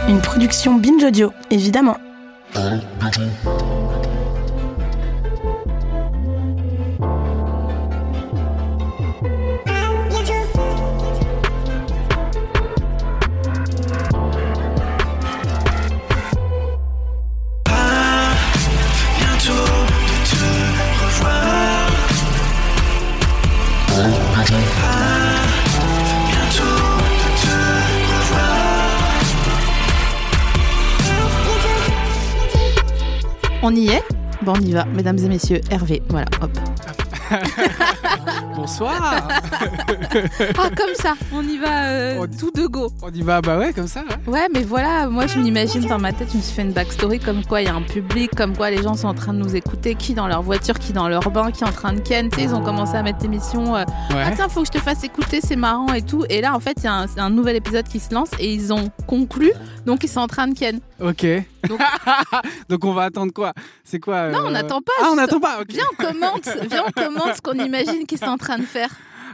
Une production Binge Audio, évidemment. On y est ? Bon, on y va, mesdames et messieurs. Hervé, voilà, hop. Bonsoir. Ah, comme ça, on y va tout de go. On y va, bah ouais, comme ça. Ouais, mais voilà, moi je m'imagine dans ma tête, je me suis fait une backstory comme quoi il y a un public, comme quoi les gens sont en train de nous écouter, qui dans leur voiture, qui dans leur bain, qui est en train de ken, tu sais, ils ont commencé à mettre l'émission Ouais. Ah tiens, faut que je te fasse écouter, c'est marrant et tout. Et là, en fait, il y a un nouvel épisode qui se lance et ils ont conclu, donc ils sont en train de ken. Ok. Donc on va attendre quoi ? C'est quoi Non, on n'attend pas. Ah, on n'attend pas, ok. Viens, on commente ce qu'on imagine qu'ils sont en train de faire.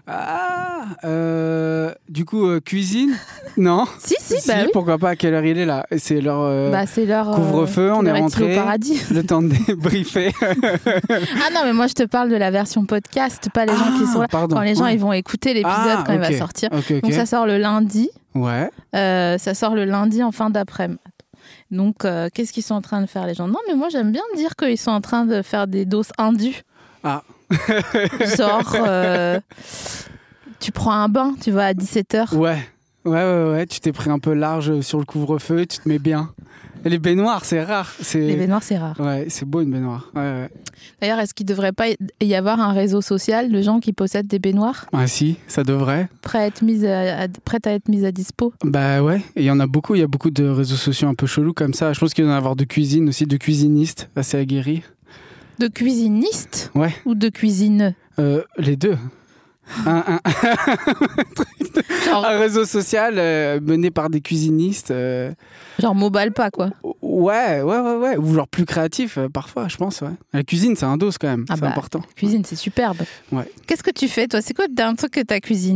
Du coup, cuisine ? Non. Si, bah oui. Pourquoi pas ? À quelle heure il est là ? C'est leur couvre-feu, on est rentré. Au paradis. Le temps de débriefer. Ah non, mais moi je te parle de la version podcast, pas les gens qui sont là. Pardon. Quand les gens ils vont écouter l'épisode quand il va sortir. Okay. Donc ça sort le lundi. Ouais. Ça sort le lundi en fin d'après-midi. Donc qu'est-ce qu'ils sont en train de faire les gens ? Non, mais moi j'aime bien dire qu'ils sont en train de faire des doses indues. Ah. Genre, tu prends un bain, tu vas à 17h. Ouais, tu t'es pris un peu large sur le couvre-feu, tu te mets bien. Et les baignoires, c'est rare. Les baignoires, c'est rare. Ouais, c'est beau une baignoire. Ouais. D'ailleurs, est-ce qu'il ne devrait pas y avoir un réseau social de gens qui possèdent des baignoires ? Ah si, ça devrait. Prêtes à être mise à dispo ? Bah ouais, et il y en a beaucoup. Il y a beaucoup de réseaux sociaux un peu chelous comme ça. Je pense qu'il y en a avoir de cuisine aussi, de cuisinistes assez aguerris. De cuisinistes ? Ouais. Ou de cuisine ? Les deux. Un réseau social mené par des cuisinistes. Genre Mobile pas quoi. Ouais. Ou genre plus créatif parfois, je pense. Ouais. La cuisine, c'est un dos quand même. C'est important. La cuisine, c'est superbe. Ouais. Qu'est-ce que tu fais toi ? C'est quoi le dernier truc que t'as cuisiné ?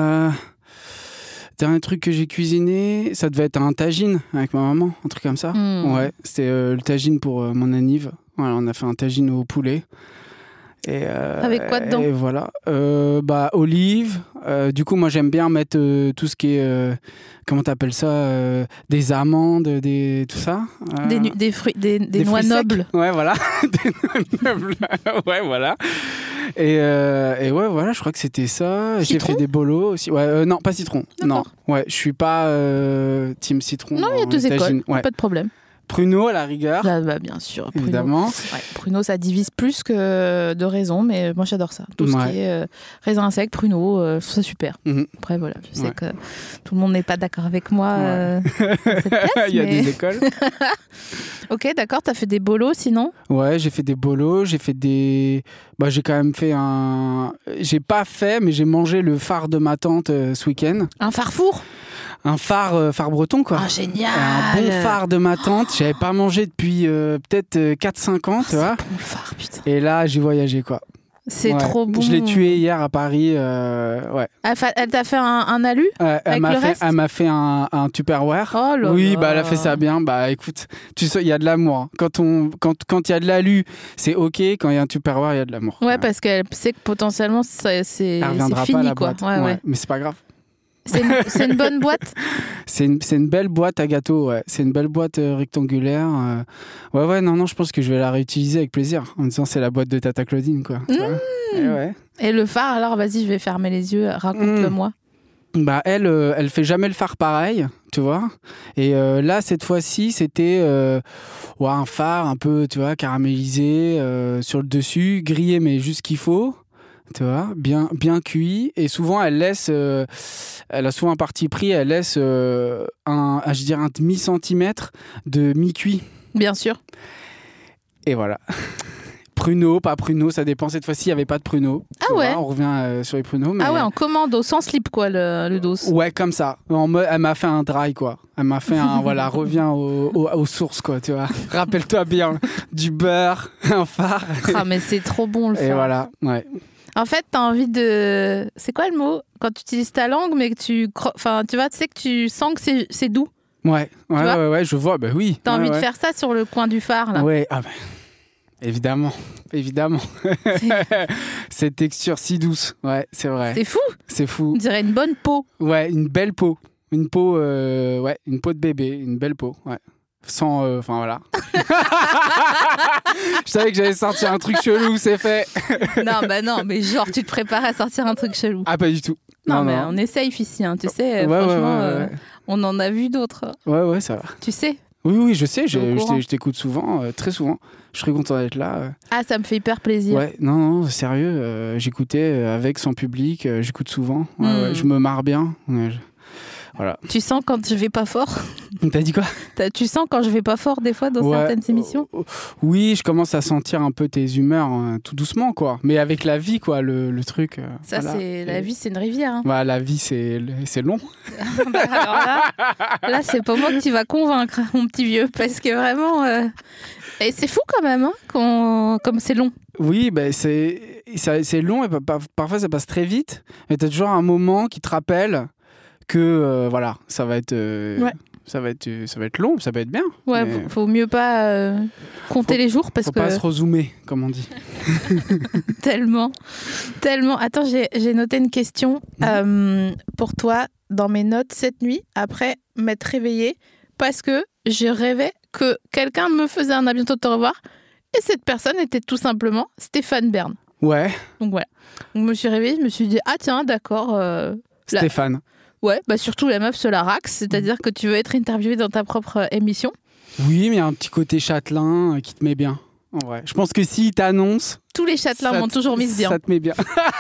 Dernier truc que j'ai cuisiné, ça devait être un tagine avec ma maman, un truc comme ça. Ouais, c'était le tagine pour mon anniv. Voilà, on a fait un tagine au poulet. Et, avec quoi dedans ? Et voilà. Olives. Du coup, moi, j'aime bien mettre tout ce qui est... comment t'appelles ça des amandes, tout ça. Des fruits, des noix nobles. Ouais, voilà. Des noix nobles. Ouais, voilà. Et ouais, voilà, je crois que c'était ça. Citron ? J'ai fait des bolos aussi. Ouais, non, pas citron. D'accord. Non. Ouais, je suis pas team citron. Non, il y a deux écoles. Ouais. Pas de problème. Pruneau à la rigueur. Bah, bien sûr. Pruneau. Évidemment. Ouais, pruneau, ça divise plus que de raisin, mais moi j'adore ça. Tout ce qui est raisin sec, pruneau, c'est super. Après, voilà, je sais que tout le monde n'est pas d'accord avec moi dans cette pièce. Il y a des écoles. Ok, d'accord, t'as fait des bolos sinon ? Ouais, j'ai fait des bolos, j'ai quand même fait J'ai pas fait, mais j'ai mangé le phare de ma tante ce week-end. Un farfour ? Un phare breton, quoi. Ah, génial! Un bon phare de ma tante. J'avais pas mangé depuis peut-être 4-5 ans, tu vois. C'est bon le phare, putain. Et là, j'ai voyagé, quoi. C'est trop bon. Je l'ai tué hier à Paris, ouais. Elle t'a fait un alu avec le reste ? Elle m'a fait un Tupperware. Oh là oui, là. Elle a fait ça bien. Bah écoute, tu sais, il y a de l'amour. Hein. Quand il y a de l'alu, c'est ok. Quand il y a un Tupperware, il y a de l'amour. Ouais, parce qu'elle sait que potentiellement c'est fini, pas, la quoi. Boîte. Ouais. Mais c'est pas grave. C'est une bonne boîte ? C'est une belle boîte à gâteau, ouais. C'est une belle boîte rectangulaire. Non, je pense que je vais la réutiliser avec plaisir. En disant, c'est la boîte de Tata Claudine, quoi. Et le phare, alors, vas-y, je vais fermer les yeux. Raconte-le-moi. Bah, elle fait jamais le phare pareil, tu vois. Et là, cette fois-ci, c'était un phare un peu, tu vois, caramélisé sur le dessus, grillé, mais juste ce qu'il faut. Tu vois, bien cuit. Et souvent, elle a souvent un parti pris, elle laisse un demi-centimètre de mi-cuit. Bien sûr. Et voilà. Pruneau, pas pruneau, ça dépend. Cette fois-ci, il n'y avait pas de pruneau. Ah ouais. On revient sur les pruneaux. Mais... Ah ouais, en commando, sans slip, quoi, le dos. Ouais, comme ça. Elle m'a fait un dry, quoi. Elle m'a fait reviens aux sources, quoi, tu vois. Rappelle-toi bien, du beurre, un phare. Ah, mais c'est trop bon, le phare. Et voilà, ouais. En fait, t'as envie de... C'est quoi le mot ? Quand tu utilises ta langue, mais que tu... Enfin, tu vois, tu sais que tu sens que c'est doux. Ouais, je vois, bah oui. T'as envie de faire ça sur le coin du phare, là. Ouais, évidemment. Cette texture si douce, ouais, c'est vrai. C'est fou. On dirait une bonne peau. Ouais, une belle peau. Une peau de bébé, une belle peau, ouais. Sans, voilà. Je savais que j'allais sortir un truc chelou, c'est fait. Non, mais genre, tu te prépares à sortir un truc chelou. Ah, pas du tout. Non, mais on est safe ici, hein, tu sais, franchement, on en a vu d'autres. Ouais, ça va. Tu sais. Oui, je sais, je t'écoute souvent, très souvent. Je serais content d'être là. Ah, ça me fait hyper plaisir. Ouais, non, sérieux, j'écoutais avec, sans public, j'écoute souvent. Ouais, je me marre bien. Voilà. Tu sens quand je vais pas fort? T'as dit quoi? Tu sens quand je vais pas fort des fois dans certaines émissions? Oui, je commence à sentir un peu tes humeurs tout doucement, quoi. Mais avec la vie, quoi, le truc. Ça, voilà. La vie, c'est une rivière. Hein. Bah, la vie, c'est long. Alors là, c'est pas moi que tu vas convaincre, mon petit vieux, parce que vraiment, et c'est fou quand même, hein, comme c'est long. Oui, bah, c'est long et parfois ça passe très vite. Mais t'as toujours un moment qui te rappelle que voilà, ça va être long, ça va être bien. Ouais, faut mieux pas compter les jours parce faut pas se rezoomer, comme on dit. Tellement. Attends, j'ai noté une question pour toi dans mes notes cette nuit après m'être réveillée parce que je rêvais que quelqu'un me faisait un à bientôt de te revoir et cette personne était tout simplement Stéphane Bern. Ouais. Donc voilà. Donc je me suis réveillée, je me suis dit ah tiens d'accord. Stéphane. Ouais, bah surtout la meuf se la raxe, c'est-à-dire que tu veux être interviewée dans ta propre émission. Oui, mais il y a un petit côté châtelain qui te met bien, en vrai. Je pense que s'il t'annonce... Tous les châtelains m'ont toujours mise bien. Ça te met bien.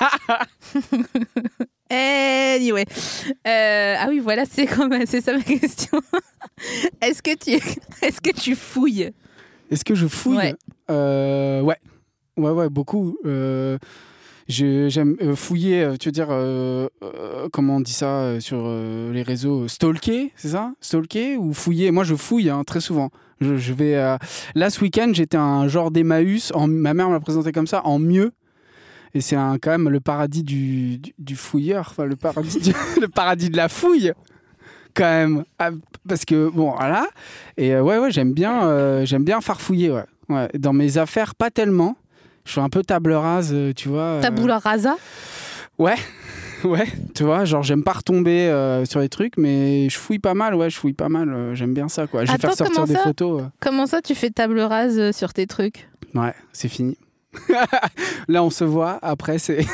Anyway. Ah oui, voilà, c'est ça ma question. Est-ce que tu fouilles? Est-ce que je fouille? Ouais, beaucoup. J'aime fouiller, tu veux dire, comment on dit ça sur les réseaux, stalker, c'est ça? Stalker ou fouiller? Moi, je fouille très souvent. Je vais... Là, ce week-end, j'étais un genre d'Emmaüs, ma mère m'a présenté comme ça, en mieux. Et c'est quand même le paradis du fouilleur, enfin le paradis paradis de la fouille, quand même. Parce que, bon, voilà. Et ouais, j'aime bien farfouiller, ouais. Dans mes affaires, pas tellement. Je fais un peu table rase, tu vois. Tabula rasa? Ouais, tu vois, genre j'aime pas retomber sur les trucs, mais je fouille pas mal, j'aime bien ça, quoi. Je vais faire sortir des photos. Comment ça, tu fais table rase sur tes trucs? Ouais, c'est fini. Là, on se voit, après, c'est...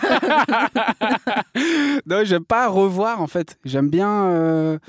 Non, j'aime pas revoir, en fait. J'aime bien...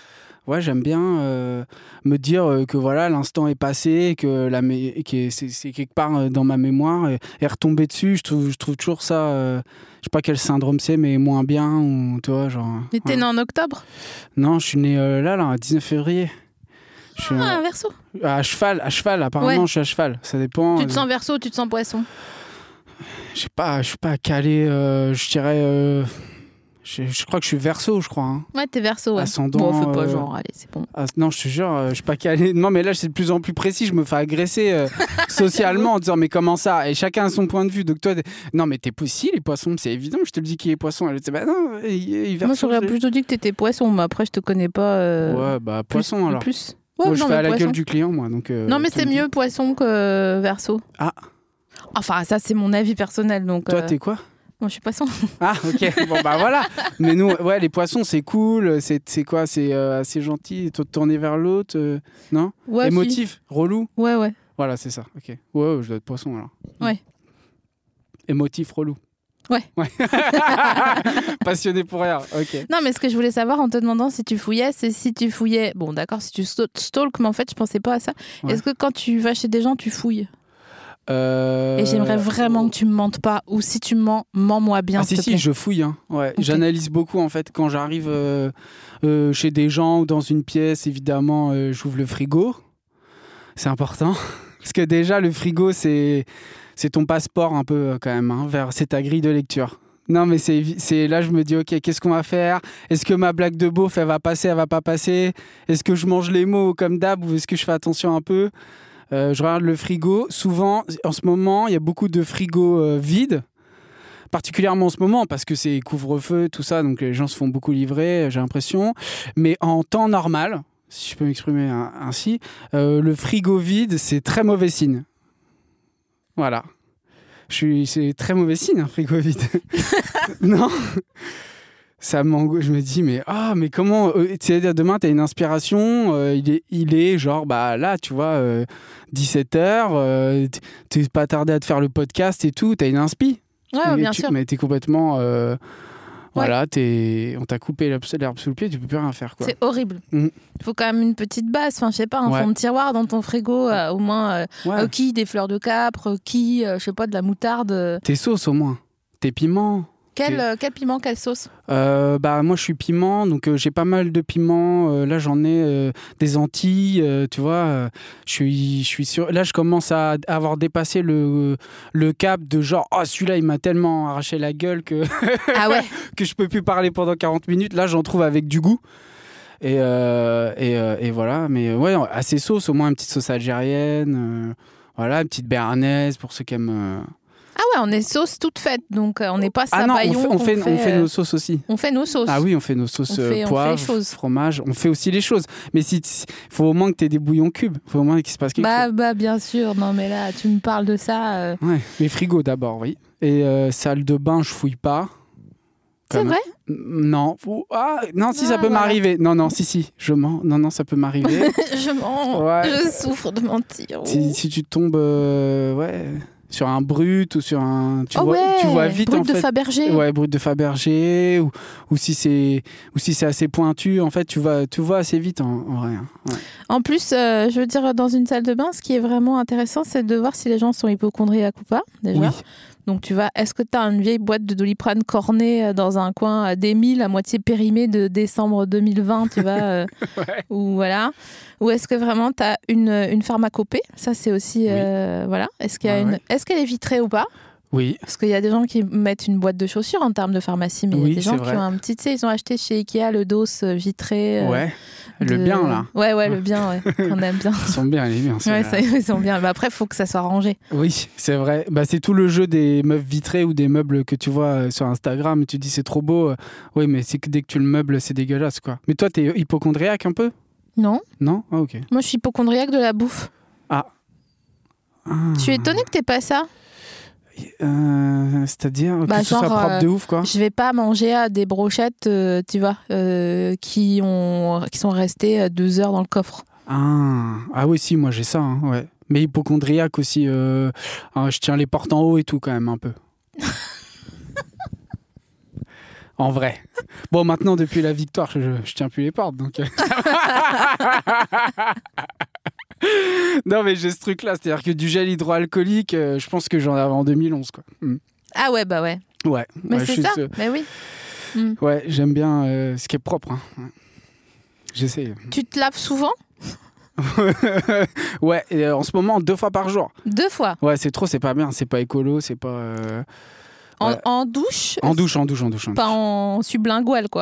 me dire que voilà, l'instant est passé, que c'est quelque part dans ma mémoire et retomber dessus. Je trouve toujours ça, je sais pas quel syndrome c'est, mais moins bien. Ou, tu vois, genre. Mais t'es né en octobre? Non, je suis né là, 19 février. Un Verseau. À cheval, apparemment, je suis à cheval. Ça dépend. Tu te sens Verseau ou tu te sens Poisson? Je sais pas, je suis pas calé, je dirais. Je crois que je suis Verseau, je crois. Hein. Ouais, t'es Verseau, ouais. Ascendant. Bon, fais pas genre, allez, c'est bon. Non, je te jure, je suis pas calé. Non, mais là, c'est de plus en plus précis. Je me fais agresser socialement en disant, mais comment ça? Et chacun a son point de vue. Donc toi, non, mais t'es possible, les poissons, c'est évident. Je te le dis qu'il est poisson. Elle dit, bah non, Verseau. Moi, j'aurais plutôt dit que t'étais Poisson, mais après, je te connais pas. Ouais, bah, Poisson alors. Plus. Ouais, moi, je fais à la gueule du client, moi. Donc, non, mais c'est mieux Poisson que Verseau. Ah. Enfin, ça, c'est mon avis personnel. Donc, toi, t'es quoi? Moi, je suis Poisson. Ah, ok. Bon, bah voilà. Mais nous, ouais, les poissons, c'est cool. C'est quoi? C'est assez gentil. Te tourner vers l'autre, non? Ouais. Émotif, si. Relou? Ouais. Voilà, c'est ça. Ok. Ouais, je dois être poisson alors. Ouais. Émotif, relou. Ouais. Passionné pour rien. Ok. Non, mais ce que je voulais savoir en te demandant si tu fouillais, c'est si tu fouillais. Bon, d'accord, si tu stalk, mais en fait, je pensais pas à ça. Ouais. Est-ce que quand tu vas chez des gens, tu fouilles? Et j'aimerais vraiment que tu me mentes pas, ou si tu mens-moi bien. Si, je fouille. Hein. Ouais. Okay. J'analyse beaucoup en fait. Quand j'arrive chez des gens ou dans une pièce, évidemment, j'ouvre le frigo. C'est important. Parce que déjà, le frigo, c'est ton passeport un peu quand même, c'est ta grille de lecture. Non, mais c'est là, je me dis, ok, qu'est-ce qu'on va faire? Est-ce que ma blague de beauf, elle va passer, elle va pas passer? Est-ce que je mange les mots comme d'hab ou est-ce que je fais attention un peu? Je regarde le frigo. Souvent, en ce moment, il y a beaucoup de frigos vides. Particulièrement en ce moment, parce que c'est couvre-feu, tout ça. Donc, les gens se font beaucoup livrer, j'ai l'impression. Mais en temps normal, si je peux m'exprimer ainsi. Le frigo vide, c'est très mauvais signe. Voilà. C'est très mauvais signe, un frigo vide. Non. Ça m'angoisse. Je me dis, mais comment... c'est-à-dire, demain, tu as une inspiration, il est genre, là, tu vois, 17h, tu n'es pas tardé à te faire le podcast et tout, tu as une inspi. Ouais, bien sûr. Mais tu es complètement... Voilà, on t'a coupé l'herbe sous le pied, tu peux plus rien faire, quoi. C'est horrible. Il faut quand même une petite base, enfin, je sais pas, un fond de tiroir dans ton frigo, au moins, des fleurs de capre, je sais pas, de la moutarde. Tes sauces, au moins. Tes piments. Quel piment, quelle sauce? Moi, je suis piment, donc j'ai pas mal de piments. Là, j'en ai des Antilles, tu vois. Je suis sûr. Là, je commence à avoir dépassé le cap de genre, celui-là, il m'a tellement arraché la gueule que que je peux plus parler pendant 40 minutes. Là, j'en trouve avec du goût. Et voilà. Mais ouais, assez sauce, au moins une petite sauce algérienne. Voilà, une petite béarnaise pour ceux qui aiment. Ah ouais, on est sauce toute faite, donc on n'est pas sabayon. On fait nos sauces aussi. On fait nos sauces. Ah oui, on fait nos sauces poivre, fromage. On fait aussi les choses. Mais il faut au moins que tu aies des bouillons cubes. Il faut au moins qu'il se passe quelque chose. Bah bien sûr. Non mais là, tu me parles de ça. Ouais, mais frigo d'abord, oui. Et salle de bain, je fouille pas. C'est vrai ? Non. Si, ça peut m'arriver. Non, si. Je mens. Non, ça peut m'arriver. Je mens. Ouais. Je souffre de mentir. Si tu tombes... sur un brut ou sur un... Tu vois vite, brut en fait. De Fabergé. Ouais, brut de Fabergé. Ou si c'est assez pointu, en fait, tu vois assez vite en vrai. Ouais. En plus, je veux dire, dans une salle de bain, ce qui est vraiment intéressant, c'est de voir si les gens sont hypocondriaques ou pas, déjà. Oui. Donc, tu vois, est-ce que tu as une vieille boîte de Doliprane cornée dans un coin d'Émile, à moitié périmée de décembre 2020, tu vois ou voilà. Ou est-ce que vraiment tu as une pharmacopée ? Ça, c'est aussi... voilà. Est-ce qu'elle est vitrée ou pas ? Oui. Parce qu'il y a des gens qui mettent une boîte de chaussures en termes de pharmacie, mais il y a des gens qui ont un petit... Tu sais, ils ont acheté chez Ikea le dos vitré. Le bien, là. Ouais, le bien, qu'on aime bien. Ils sont bien, les bien. Ils sont bien. Après, il faut que ça soit rangé. Oui, c'est vrai. C'est tout le jeu des meubles vitrés ou des meubles que tu vois sur Instagram et tu dis c'est trop beau. Oui, mais c'est que dès que tu le meubles, c'est dégueulasse, quoi. Mais toi, t'es hypocondriaque un peu ? Non. Non ? Ah, ok. Moi, je suis hypocondriaque de la bouffe. Je suis étonnée que t'aies pas ça. C'est-à-dire que ce soit propre de ouf, quoi. Je vais pas manger à des brochettes, tu vois, qui sont restées 2 heures dans le coffre. Ah oui, si, moi j'ai ça, hein, ouais. Mais hypocondriaque aussi, je tiens les portes en haut et tout quand même un peu. En vrai. Bon, maintenant depuis la victoire, je tiens plus les portes, donc. Non, mais j'ai ce truc-là, c'est-à-dire que du gel hydroalcoolique, je pense que j'en avais en 2011, quoi. Ah ouais, bah ouais. Ouais. Mais c'est ça, mais oui. Ouais, j'aime bien ce qui est propre. Hein. Ouais. J'essaie. Tu te laves souvent ? Ouais, et en ce moment, 2 fois par jour. 2 fois ? Ouais, c'est trop, c'est pas bien, c'est pas écolo, c'est pas... En douche ? En douche. Pas en sublingual, quoi.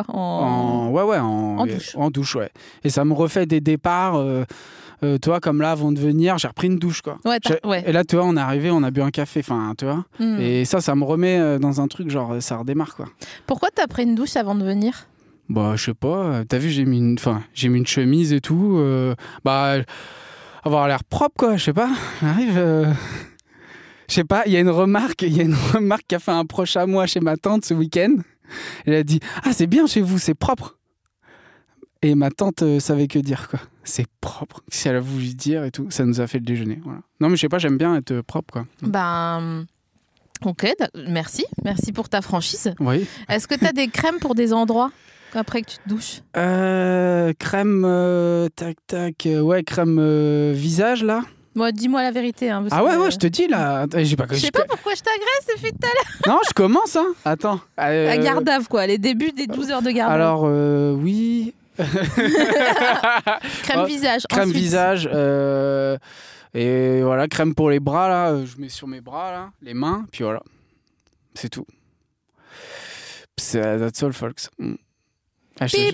En douche, ouais. Et ça me refait des départs... tu vois, comme là, avant de venir, j'ai repris une douche, quoi. Ouais. Et là, tu vois, on est arrivé, on a bu un café, enfin, tu vois. Et ça me remet dans un truc, genre, ça redémarre, quoi. Pourquoi t'as pris une douche avant de venir ? Bah, je sais pas. T'as vu, j'ai mis une chemise et tout. Avoir l'air propre, quoi, je sais pas. J'arrive... Je sais pas, il y a une remarque qui a fait un proche à moi chez ma tante ce week-end. Elle a dit « Ah, c'est bien chez vous, c'est propre !» Et ma tante savait que dire, quoi. C'est propre. Si elle a voulu dire et tout, ça nous a fait le déjeuner. Voilà. Non, mais je sais pas, j'aime bien être propre, quoi. Ok, merci. Merci pour ta franchise. Oui. Est-ce que tu as des crèmes pour des endroits après que tu te douches ? Crème, crème visage, là. Bon, dis-moi la vérité. Hein, ouais, je te dis, là. Je sais pas pourquoi je t'agresse depuis tout à l'heure. Non, je commence, hein. Attends. La garde-ave, quoi. Les débuts des 12 heures de garde-ave. Alors, oui... crème visage. Crème ensuite. visage. Et voilà, crème pour les bras, là. Je mets sur mes bras, là. Les mains. Puis voilà. C'est tout. That's all, folks. Ouais.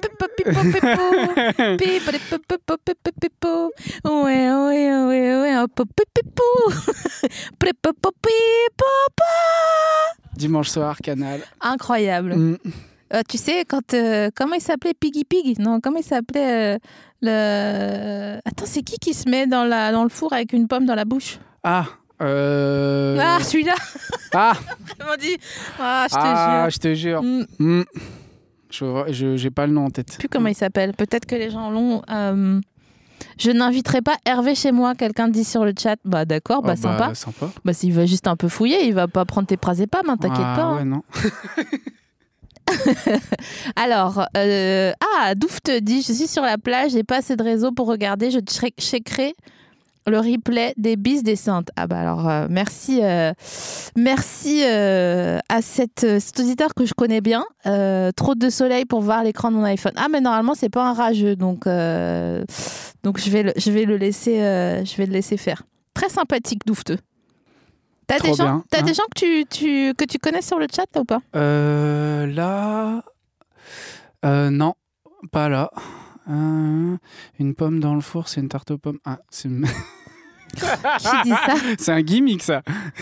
Dimanche soir, Canal. Incroyable. Tu sais, comment il s'appelait Piggy Pig ? Non, comment il s'appelait Attends, c'est qui se met dans le four avec une pomme dans la bouche? Ah, celui-là. Ah. Vraiment dit. Ah, je te jure. J'ai pas le nom en tête. Je sais plus comment il s'appelle. Peut-être que les gens l'ont. Je n'inviterai pas Hervé chez moi. Quelqu'un dit sur le chat. Bah d'accord, sympa. Bah s'il va juste un peu fouiller, il va pas prendre tes prazépam, hein, t'inquiète pas. Ouais, non. Alors, Douf te dit, je suis sur la plage, j'ai pas assez de réseau pour regarder, je checkerai le replay des Bis des Saintes. Ah bah alors, merci à cet auditeur que je connais bien. Trop de soleil pour voir l'écran de mon iPhone. Ah mais normalement c'est pas un rageux, donc je vais le laisser faire. Très sympathique, Doufteux. T'as des gens que tu connais sur le chat là ou pas? Là, non, pas là. Une pomme dans le four, c'est une tarte aux pommes. Ah, c'est. Qui dit ça? C'est un gimmick, ça.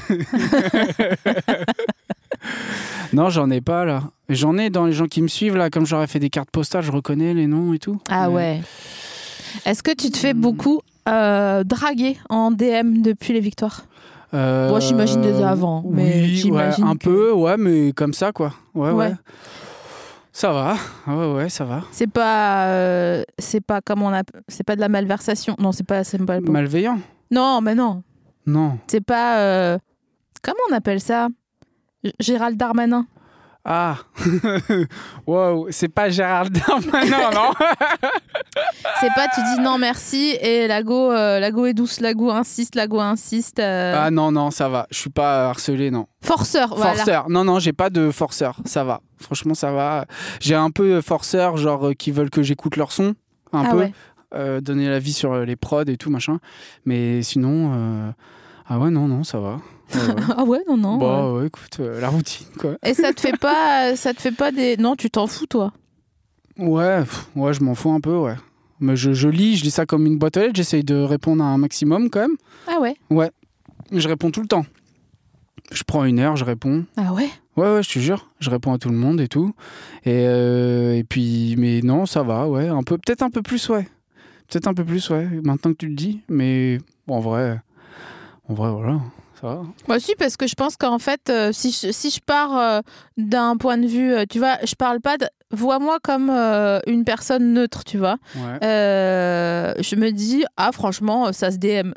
Non, j'en ai pas là. J'en ai dans les gens qui me suivent là, comme j'aurais fait des cartes postales, je reconnais les noms et tout. Ah ouais. Est-ce que tu te fais beaucoup draguer en DM depuis les victoires? Moi, j'imagine déjà avant. Mais oui, j'imagine un peu, ouais, mais comme ça, quoi. Ouais. Ça va, ouais, ça va. C'est pas comme on a, c'est pas de la malversation. Non, c'est pas le mot. Malveillant. Non, mais non. Non. C'est pas comment on appelle ça? Gérald Darmanin. Ah, wow, c'est pas Gérald Darmanin, non. C'est pas, tu dis non merci et Lago est douce, Lago insiste. Ah non, ça va. Je suis pas harcelé, non. Forceur, voilà. Forceur, non, j'ai pas de forceur, ça va. Franchement, ça va. J'ai un peu forceur, genre qui veulent que j'écoute leur son, un peu. Ouais. Donner l'avis sur les prods et tout, machin. Mais sinon, ah ouais, non, ça va. Ouais. Ah ouais, non. Bah ouais, écoute, la routine, quoi. Et ça te fait pas des... Non, tu t'en fous, toi? Ouais, je m'en fous un peu, ouais. Mais je lis ça comme une boîte aux lettres, j'essaye de répondre à un maximum, quand même. Ah ouais? Ouais, je réponds tout le temps. Je prends 1 heure, je réponds. Ah ouais? Ouais, je te jure, je réponds à tout le monde et tout. Et puis, mais non, ça va, ouais. Peut-être un peu plus, ouais. Maintenant que tu le dis. Mais bon, en vrai, voilà. Moi aussi, parce que je pense qu'en fait, si je pars d'un point de vue, tu vois, je parle pas vois-moi comme une personne neutre, tu vois. Ouais. Je me dis, franchement, ça se DM.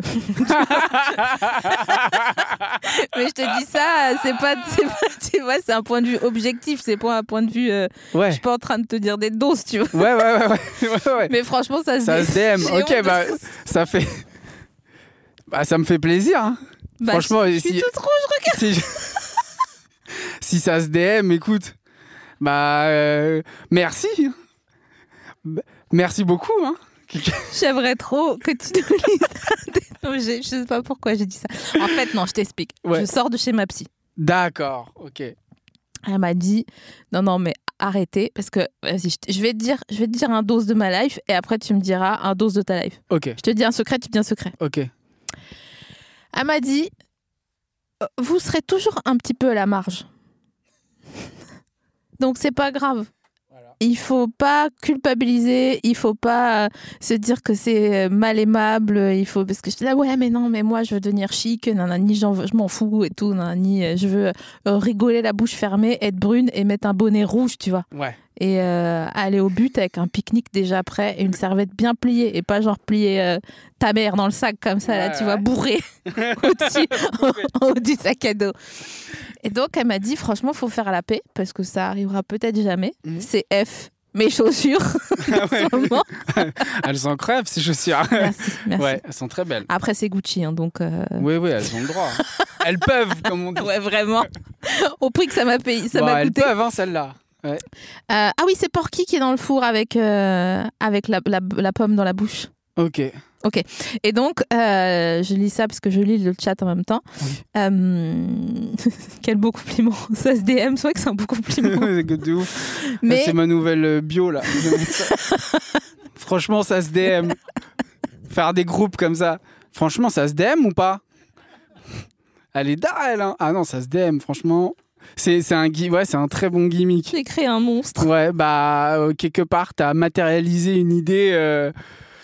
Mais je te dis ça, c'est pas, tu vois, c'est un point de vue objectif, c'est pas un point de vue. Je suis pas en train de te dire des doses, tu vois. Ouais. Mais franchement, ça se DM. Ok, ça fait. Ça me fait plaisir, hein. Franchement, je suis toute rouge, regarde. Si ça se DM, écoute, merci. Merci beaucoup. Hein. J'aimerais trop que tu nous lises. Je sais pas pourquoi j'ai dit ça. En fait, non, je t'explique. Ouais. Je sors de chez ma psy. D'accord, ok. Elle m'a dit, non, mais arrêtez, parce que vas-y, je vais te dire un dose de ma life, et après tu me diras un dose de ta life. Ok. Je te dis un secret, tu dis un secret. Ok. Elle m'a dit, vous serez toujours un petit peu à la marge. Donc, c'est pas grave. Voilà. Il faut pas culpabiliser, il faut pas se dire que c'est mal aimable, parce que je dis là, ouais, mais non, mais moi, je veux devenir chic, nanani, je m'en fous et tout, nanani, je veux rigoler la bouche fermée, être brune et mettre un bonnet rouge, tu vois. Ouais. Et aller au but avec un pique-nique déjà prêt et une serviette bien pliée et pas genre plier ta mère dans le sac comme ça, là, tu vois, bourré au du sac à dos. Et donc, elle m'a dit, franchement, il faut faire la paix parce que ça arrivera peut-être jamais. C'est F, mes chaussures, en ce moment. Elles sont crèves, ces chaussures. Merci. Ouais, elles sont très belles. Après, c'est Gucci, hein, donc... Oui, elles ont le droit. Hein. Elles peuvent, comme on dit. Ouais, vraiment. Au prix que ça m'a payé, ça m'a coûté. Elles peuvent, hein, celles-là. Ouais. Oui, c'est Porky qui est dans le four avec la pomme dans la bouche. Ok. Et donc, je lis ça parce que je lis le chat en même temps. Oui. Quel beau compliment. Ça se DM, c'est vrai que c'est un beau compliment. De ouf. Mais... C'est ma nouvelle bio, là. Franchement, ça se DM. Faire des groupes comme ça. Franchement, ça se DM ou pas? Elle est d'elle, hein. Ah non, ça se DM, franchement... C'est un très bon gimmick. J'ai créé un monstre. Ouais, quelque part, t'as matérialisé une idée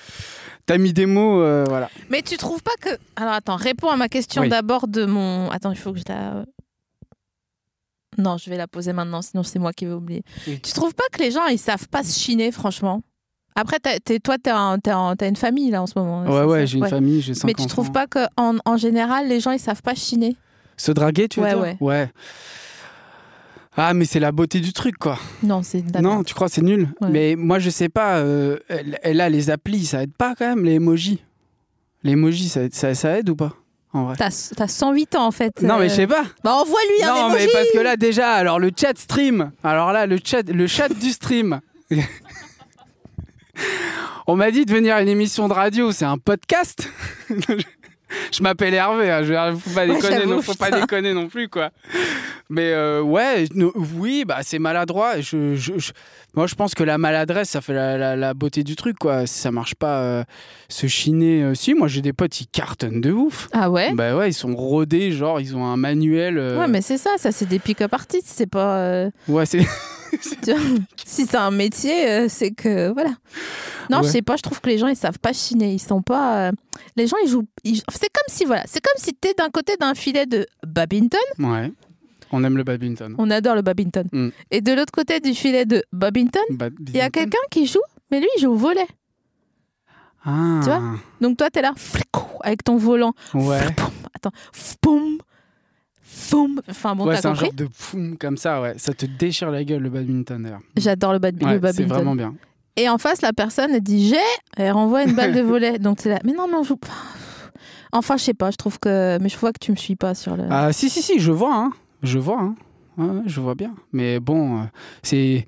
T'as mis des mots, voilà. Mais tu trouves pas que... Alors attends, réponds à ma question d'abord de mon... Attends, il faut que je la... Non, je vais la poser maintenant, sinon c'est moi qui vais oublier. Oui. Tu trouves pas que les gens, ils savent pas se chiner, franchement ? Après, t'as une famille, là, en ce moment. Ouais, j'ai une famille, j'ai 5 enfants. Mais tu trouves pas qu'en général, les gens, ils savent pas chiner ? Se draguer, tu veux dire ? Ouais. Ah, mais c'est la beauté du truc, quoi. Non, c'est... Non, tu crois c'est nul ? Mais moi, je sais pas, là, les applis, ça aide pas, quand même, les emojis. Les emojis, ça aide ou pas ? En vrai. T'as 108 ans en fait. Non mais je sais pas. Bah envoie-lui un emoji. Non mais parce que là déjà, alors le chat stream. Alors là, le chat du stream. On m'a dit de venir à une émission de radio, c'est un podcast. Je m'appelle Hervé, hein. Faut pas déconner, faut pas déconner non plus quoi. Mais oui, bah c'est maladroit. Moi je pense que la maladresse, ça fait la beauté du truc quoi. Si ça marche pas, se chiner. Si, moi j'ai des potes, ils cartonnent de ouf. Ah ouais. Bah ouais, ils sont rodés, genre ils ont un manuel. Ouais, mais c'est ça c'est des pick-up artists, c'est pas. Ouais, c'est. Si c'est un métier, c'est que voilà. Non, je sais pas, je trouve que les gens ils savent pas chiner, ils sont pas. Les gens ils jouent. C'est comme si t'es d'un côté d'un filet de badminton. Ouais. On aime le badminton. On adore le badminton. Et de l'autre côté du filet de badminton, il y a quelqu'un qui joue, mais lui il joue au volley. Ah. Tu vois ? Donc toi t'es là avec ton volant. Ouais. Attends. Boum. Foum. Enfin bon, t'as compris. C'est un genre de foum comme ça, ouais. Ça te déchire la gueule le badminton d'ailleurs. J'adore le badminton. C'est vraiment bien. Et en face, la personne elle dit elle renvoie une balle de volley. Donc c'est là. Mais non, mais on joue pas. Enfin, je sais pas. Je trouve que, mais je vois que tu me suis pas sur le. Ah si, je vois, hein. Je vois bien. Mais bon, c'est...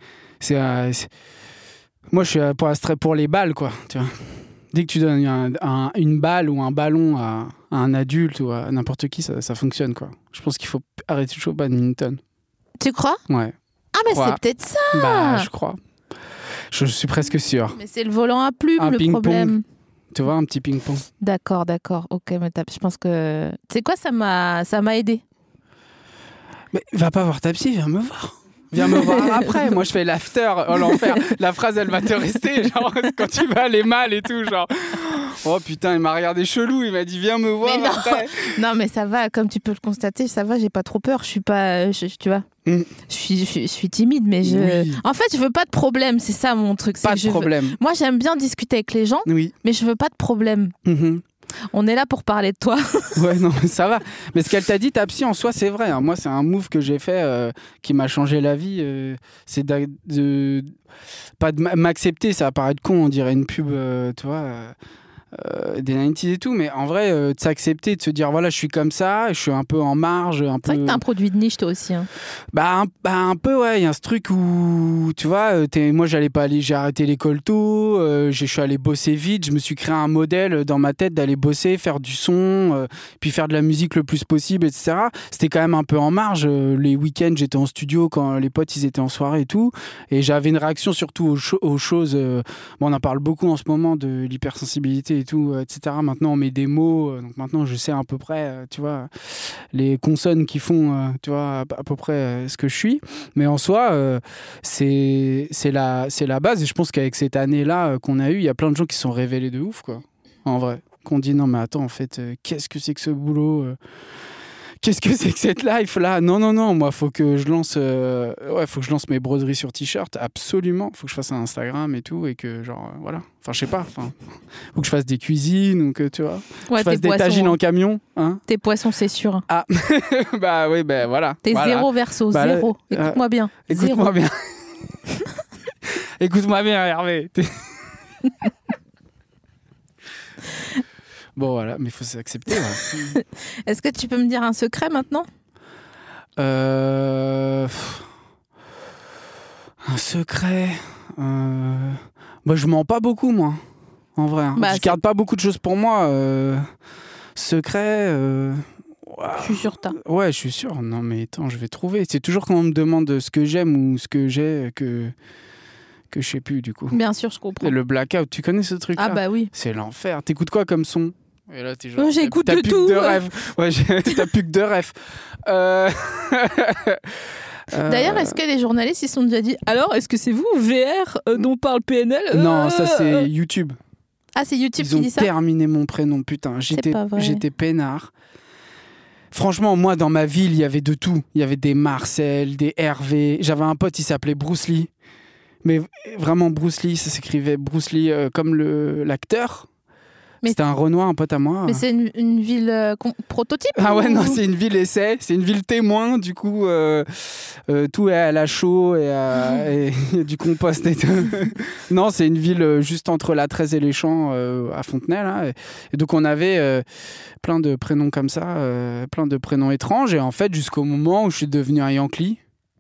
Moi, je suis pour les balles, quoi. Tu vois. Dès que tu donnes une balle ou un ballon à un adulte ou à n'importe qui, ça fonctionne, quoi. Je pense qu'il faut arrêter de jouer au badminton. Tu crois ? Ouais. Ah, mais c'est peut-être ça ! Bah, je crois. Je suis presque sûr. Mais c'est le volant à plumes, le problème. Tu vois, un petit ping-pong. D'accord. Ok, mais je pense que... Tu sais quoi, ça m'a aidé. Mais va pas voir ta psy, viens me voir. Viens me voir après. Moi, je fais l'after. Oh, l'enfer. La phrase, elle va te rester. Genre, quand tu vas aller mal et tout. Genre, oh putain, il m'a regardé chelou. Il m'a dit, viens me voir après. Non, mais ça va. Comme tu peux le constater, ça va. J'ai pas trop peur. Je suis pas. Tu vois. Je suis timide, mais Oui. En fait, je veux pas de problème. C'est ça mon truc. Pas de problème. Moi, j'aime bien discuter avec les gens. Oui. Mais je veux pas de problème. On est là pour parler de toi. Ouais, non, mais ça va. Mais ce qu'elle t'a dit, ta psy, en soi, c'est vrai. Hein. Moi, c'est un move que j'ai fait qui m'a changé la vie. C'est pas de m'accepter. Ça va paraître con, on dirait une pub, tu vois, des 90s et tout. Mais en vrai, de s'accepter, de se dire, voilà, je suis comme ça, je suis un peu en marge. C'est vrai que t'as un produit de niche, toi aussi. Hein. Bah, un peu, ouais. Il y a ce truc où, tu vois, moi, j'ai arrêté l'école tôt, je suis allé bosser vite, je me suis créé un modèle dans ma tête d'aller bosser, faire du son, puis faire de la musique le plus possible, etc. C'était quand même un peu en marge. Les week-ends, j'étais en studio quand les potes, ils étaient en soirée et tout. Et j'avais une réaction surtout aux choses. Bon, on en parle beaucoup en ce moment de l'hypersensibilité et tout, etc. Maintenant, on met des mots. Donc maintenant, je sais à peu près, tu vois, les consonnes qui font, tu vois, à peu près ce que je suis. Mais en soi, c'est la base. Et je pense qu'avec cette année-là qu'on a eue, il y a plein de gens qui se sont révélés de ouf, quoi. En vrai. Qu'on dit, non, mais attends, en fait, qu'est-ce que c'est que ce boulot Qu'est-ce que c'est que cette life là ? Non, moi faut que je lance mes broderies sur t-shirt, absolument. Faut que je fasse un Instagram et tout et que genre voilà. Enfin je sais pas. Faut que je fasse des cuisines ou que tu vois. Ouais, je fasse des tagines en camion. Hein. Tes poissons c'est sûr. Ah bah oui voilà. T'es voilà. zéro verso, zéro. Écoute-moi bien. Écoute-moi bien. Écoute-moi bien Hervé. Bon, voilà, mais il faut s'accepter. Ouais. Est-ce que tu peux me dire un secret maintenant ? Un secret Moi, je mens pas beaucoup, moi. En vrai. Hein. Je garde pas beaucoup de choses pour moi. Secret... Je suis sûre, Ouais, je suis sûr. Non, mais attends, je vais trouver. C'est toujours quand on me demande ce que j'aime ou ce que j'ai que je sais plus, du coup. Bien sûr, je comprends. Le blackout, tu connais ce truc-là ? Ah bah oui. C'est l'enfer. T'écoutes quoi comme son ? Et là, t'es genre, j'écoute t'as de plus tout. Que 2 rêves. Ouais, t'as plus que 2 rêves. D'ailleurs, est-ce que les journalistes ils se sont déjà dit alors, est-ce que c'est vous VR dont parle PNL ? Non, ça c'est YouTube. Ah, c'est YouTube Ils ont qui dit ça. terminé mon prénom, putain. J'étais peinard. Franchement, moi, dans ma ville, il y avait de tout. Il y avait des Marcel, des Hervé. J'avais un pote, il s'appelait Bruce Lee. Mais vraiment, Bruce Lee, ça s'écrivait Bruce Lee comme l'acteur. C'était un Renoir, un pote à moi. Mais c'est une ville prototype. Ah ouais, non, c'est une ville essai. C'est une ville témoin. Du coup, tout est à la chaux et du compost et tout. Non, c'est une ville juste entre la 13 et les Champs à Fontenay. Là. Et donc, on avait plein de prénoms comme ça, plein de prénoms étranges. Et en fait, jusqu'au moment où je suis devenu un Yankee.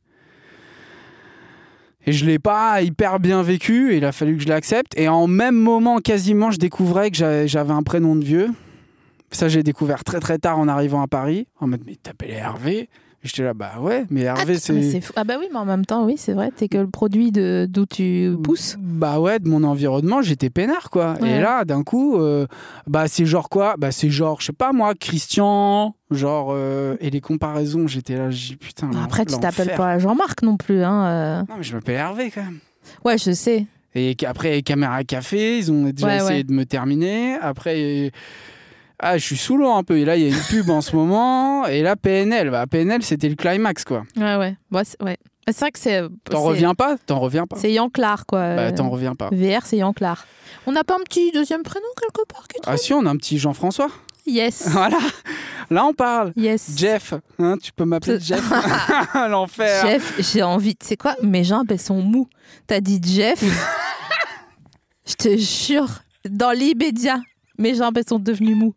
Et je l'ai pas hyper bien vécu, et il a fallu que je l'accepte. Et en même moment, quasiment, je découvrais que j'avais un prénom de vieux. Ça, j'ai découvert très très tard en arrivant à Paris. En mode, mais t'appelais Hervé? Et j'étais là, bah ouais, mais Hervé, c'est fou. Ah bah oui, mais en même temps, oui, c'est vrai, t'es que le produit d'où tu pousses. Bah ouais, de mon environnement, j'étais peinard, quoi. Ouais. Et là, d'un coup, c'est genre quoi? Bah c'est genre, je sais pas moi, Christian, genre... et les comparaisons, j'étais là, j'ai dit, putain, après, tu t'appelles pas Jean-Marc non plus, hein. Non, mais je m'appelle Hervé, quand même. Ouais, je sais. Et après, Caméra Café, ils ont déjà essayé de me terminer. Après... Ah, je suis sous l'eau un peu. Et là, il y a une pub en ce moment. Et là, PNL. Bah, PNL, c'était le climax, quoi. Ouais. Bah, c'est vrai que c'est... T'en reviens pas. C'est Yanclar, quoi. Bah, t'en reviens pas. VR, c'est Yanclar. On n'a pas un petit deuxième prénom quelque part? Ah si, on a un petit Jean-François. Yes. Voilà. Là, on parle. Yes. Jeff. Hein, tu peux m'appeler Jeff. L'enfer. Jeff, j'ai envie... Tu sais quoi? Mes jambes, elles sont mous. T'as dit Jeff. Je te jure, dans l'immédiat, mes jambes, elles sont devenues mous.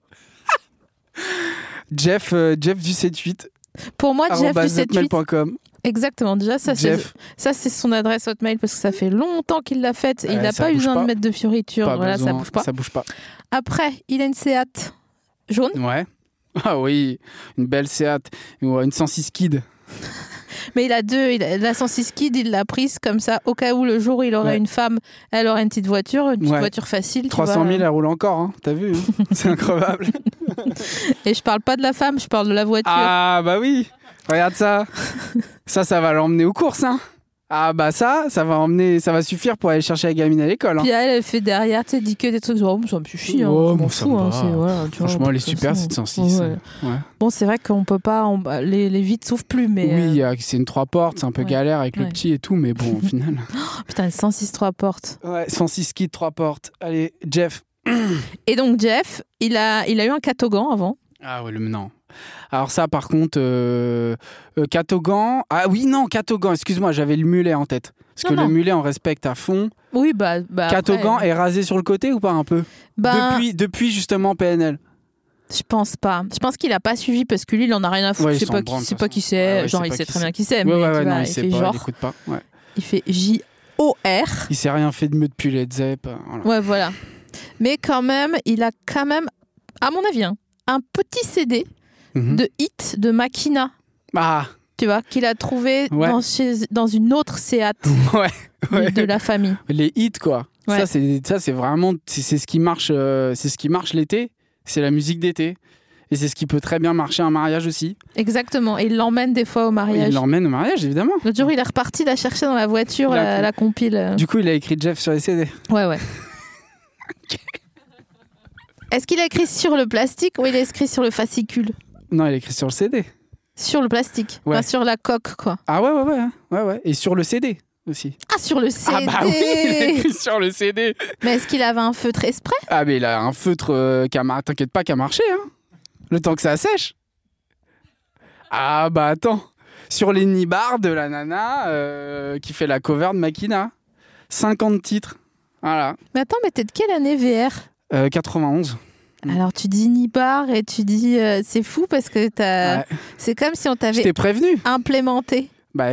Jeff du 7-8. Pour moi, Jeff du 7-8. Exactement. Déjà, ça c'est son adresse Hotmail parce que ça fait longtemps qu'il l'a faite et il n'a pas eu besoin de mettre de fioriture. Voilà, ça bouge pas. Ça bouge pas. Après, il a une Seat jaune. Ouais. Ah oui, une belle Seat. Une 106 Kid. Mais il a la 106 Kid, il l'a prise comme ça, au cas où le jour où il aurait une femme, elle aurait une petite voiture facile. 300 000, elle roule encore, hein. T'as vu, hein. C'est incroyable. Et je parle pas de la femme, je parle de la voiture. Ah bah oui, regarde ça. ça va l'emmener aux courses, hein. Ah bah ça va suffire pour aller chercher la gamine à l'école. Hein. Puis elle fait derrière, tu sais, dit que des trucs, oh, ça me suffit, hein, je m'en fous. Hein, franchement, elle est super cette 106. Ouais. Bon, c'est vrai qu'on peut pas, les vitres s'ouvrent plus, mais... Oui, c'est une 3 portes, c'est un peu galère avec le petit et tout, mais bon, au final... Putain, une 106 3 portes. Ouais, 106 kit 3 portes. Allez, Jeff. Et donc Jeff, il a eu un Catogan avant. Ah ouais, non. Alors ça, par contre, Catogan... Ah oui, non, Catogan, excuse-moi, j'avais le mulet en tête. Parce que le mulet, on respecte à fond. Oui, bah Catogan est rasé sur le côté ou pas un peu depuis justement PNL. Je pense pas. Je pense qu'il a pas suivi parce que lui, il en a rien à foutre. Je sais pas qui c'est. Ouais, genre, il sait très bien qui c'est. Mais non, il sait pas, il écoute pas. Ouais. Il fait J-O-R. Il s'est rien fait de mieux depuis Led Zepp. Voilà. Ouais, voilà. Mais quand même, il a quand même, à mon avis, un petit CD de hit de Makina. Ah. Tu vois, qu'il a trouvé dans une autre Seat de la famille. Les hits, quoi. Ouais. Ça, c'est vraiment, c'est ce qui marche, l'été. C'est la musique d'été. Et c'est ce qui peut très bien marcher à un mariage aussi. Exactement. Et il l'emmène des fois au mariage. Il l'emmène au mariage, évidemment. L'autre jour, il est reparti la chercher dans la voiture, la compile. Du coup, il a écrit Jeff sur les CD. Ouais. Est-ce qu'il a écrit sur le plastique ou il a écrit sur le fascicule? Non, il a écrit sur le CD. Sur le plastique, enfin, sur la coque, quoi. Ah ouais. Et sur le CD aussi. Ah, sur le CD. Ah bah oui, il a écrit sur le CD. Mais est-ce qu'il avait un feutre exprès? Ah mais il a un feutre t'inquiète pas, qui a marché, hein. Le temps que ça sèche. Ah bah attends. Sur les nibards de la nana qui fait la cover de Makina. 50 titres. Voilà. Mais attends, mais t'es de quelle année VR? 91. Alors tu dis Nibar et tu dis c'est fou parce que c'est comme si on t'avait prévenu. Implémenté. Bah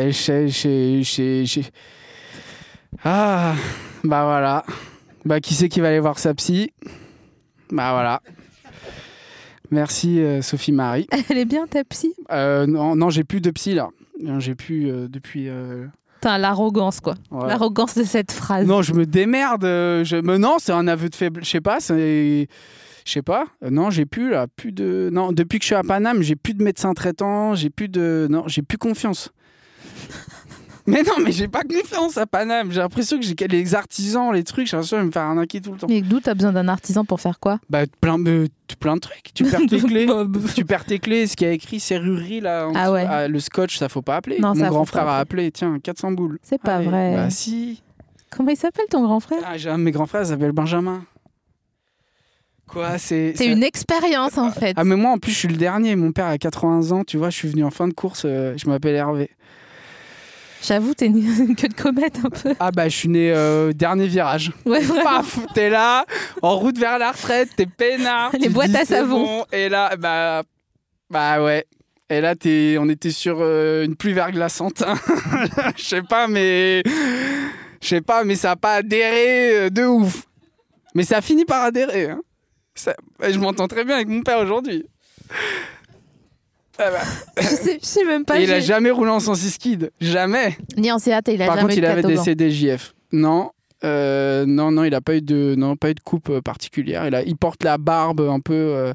ah bah voilà. Bah qui c'est qui va aller voir sa psy? Bah voilà. Merci Sophie Marie. Elle est bien ta psy? Non, j'ai plus de psy là. J'ai plus depuis. Putain, l'arrogance quoi. Ouais. L'arrogance de cette phrase. Non, je me démerde. Non, c'est un aveu de faiblesse. Je sais pas. Non, j'ai plus là. Non, depuis que je suis à Paname, j'ai plus de médecin traitant. J'ai plus confiance. Mais non, mais j'ai pas confiance à Paname. J'ai l'impression que j'ai les artisans, les trucs, j'ai l'impression de me faire arnaquer tout le temps. Mais d'où t'as besoin d'un artisan pour faire quoi? Bah, plein de trucs. Tu perds tes clés. Tu perds tes clés. Ce qui a écrit serrurerie, là. Le scotch, ça faut pas appeler. Non, mon grand frère a appelé. Tiens, 400 boules. C'est pas vrai. Bah, si. Comment il s'appelle ton grand frère? J'ai un de mes grands frères, il s'appelle Benjamin. Quoi, c'est une expérience en fait. Ah mais moi en plus je suis le dernier, mon père a 80 ans, tu vois, je suis venu en fin de course, je m'appelle Hervé. J'avoue, t'es une queue de comète un peu. Ah bah je suis né dernier virage. Ouais, vraiment. Paf, t'es là, en route vers la retraite, t'es peinard. Les boîtes à savon. Bon. Et là, bah ouais. Et là, on était sur une pluie verglaçante. Je sais pas, mais ça a pas adhéré de ouf. Mais ça a fini par adhérer. Hein. Je m'entends très bien avec mon père aujourd'hui. Ah bah. Je sais même pas. Et il a jamais roulé en 106 skid, jamais. Ni en Seat, il a Par jamais contre, eu de il avait des Catogan. CDJF. Non, il a pas eu de coupe particulière. Il porte la barbe un peu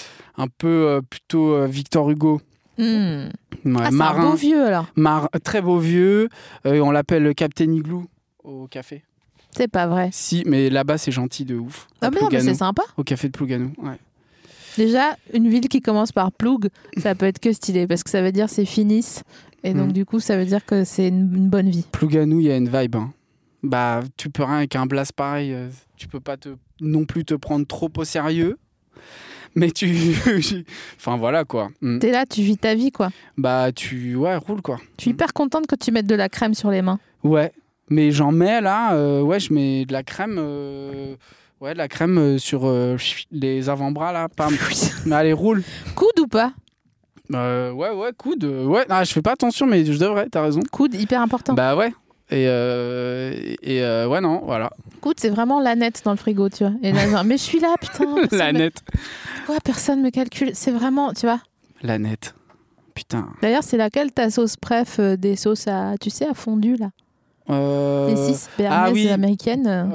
plutôt Victor Hugo. Ouais, c'est marin, un beau vieux alors. Très beau vieux. On l'appelle Captain Igloo au café. C'est pas vrai. Si, mais là-bas c'est gentil de ouf. Ah mais non, mais c'est sympa. Au café de Plouganou, ouais. Déjà, une ville qui commence par Ploug, ça peut être que stylé parce que ça veut dire c'est finis et donc du coup ça veut dire que c'est une bonne vie. Plouganou, il y a une vibe. Hein. Bah, tu peux rien avec un blast pareil, tu peux pas non plus te prendre trop au sérieux. Mais enfin voilà quoi. T'es là, tu vis ta vie quoi. Bah roule quoi. Je suis hyper contente que tu mettes de la crème sur les mains. Ouais, mais j'en mets là, je mets de la crème. De la crème sur les avant-bras là. Pam. Mais allez, roule. Coude ou pas? Ouais, coude. Ouais, je fais pas attention, mais je devrais, t'as raison. Coude, hyper important. Bah ouais. Et ouais, non, voilà. Coude, c'est vraiment la nette dans le frigo, tu vois. Et là, genre, mais je suis là, putain. La nette. Pourquoi personne me calcule? C'est vraiment, tu vois. La nette. Putain. D'ailleurs, c'est laquelle ta sauce préf des sauces à fondue, là? Les 6 béarnaises américaines.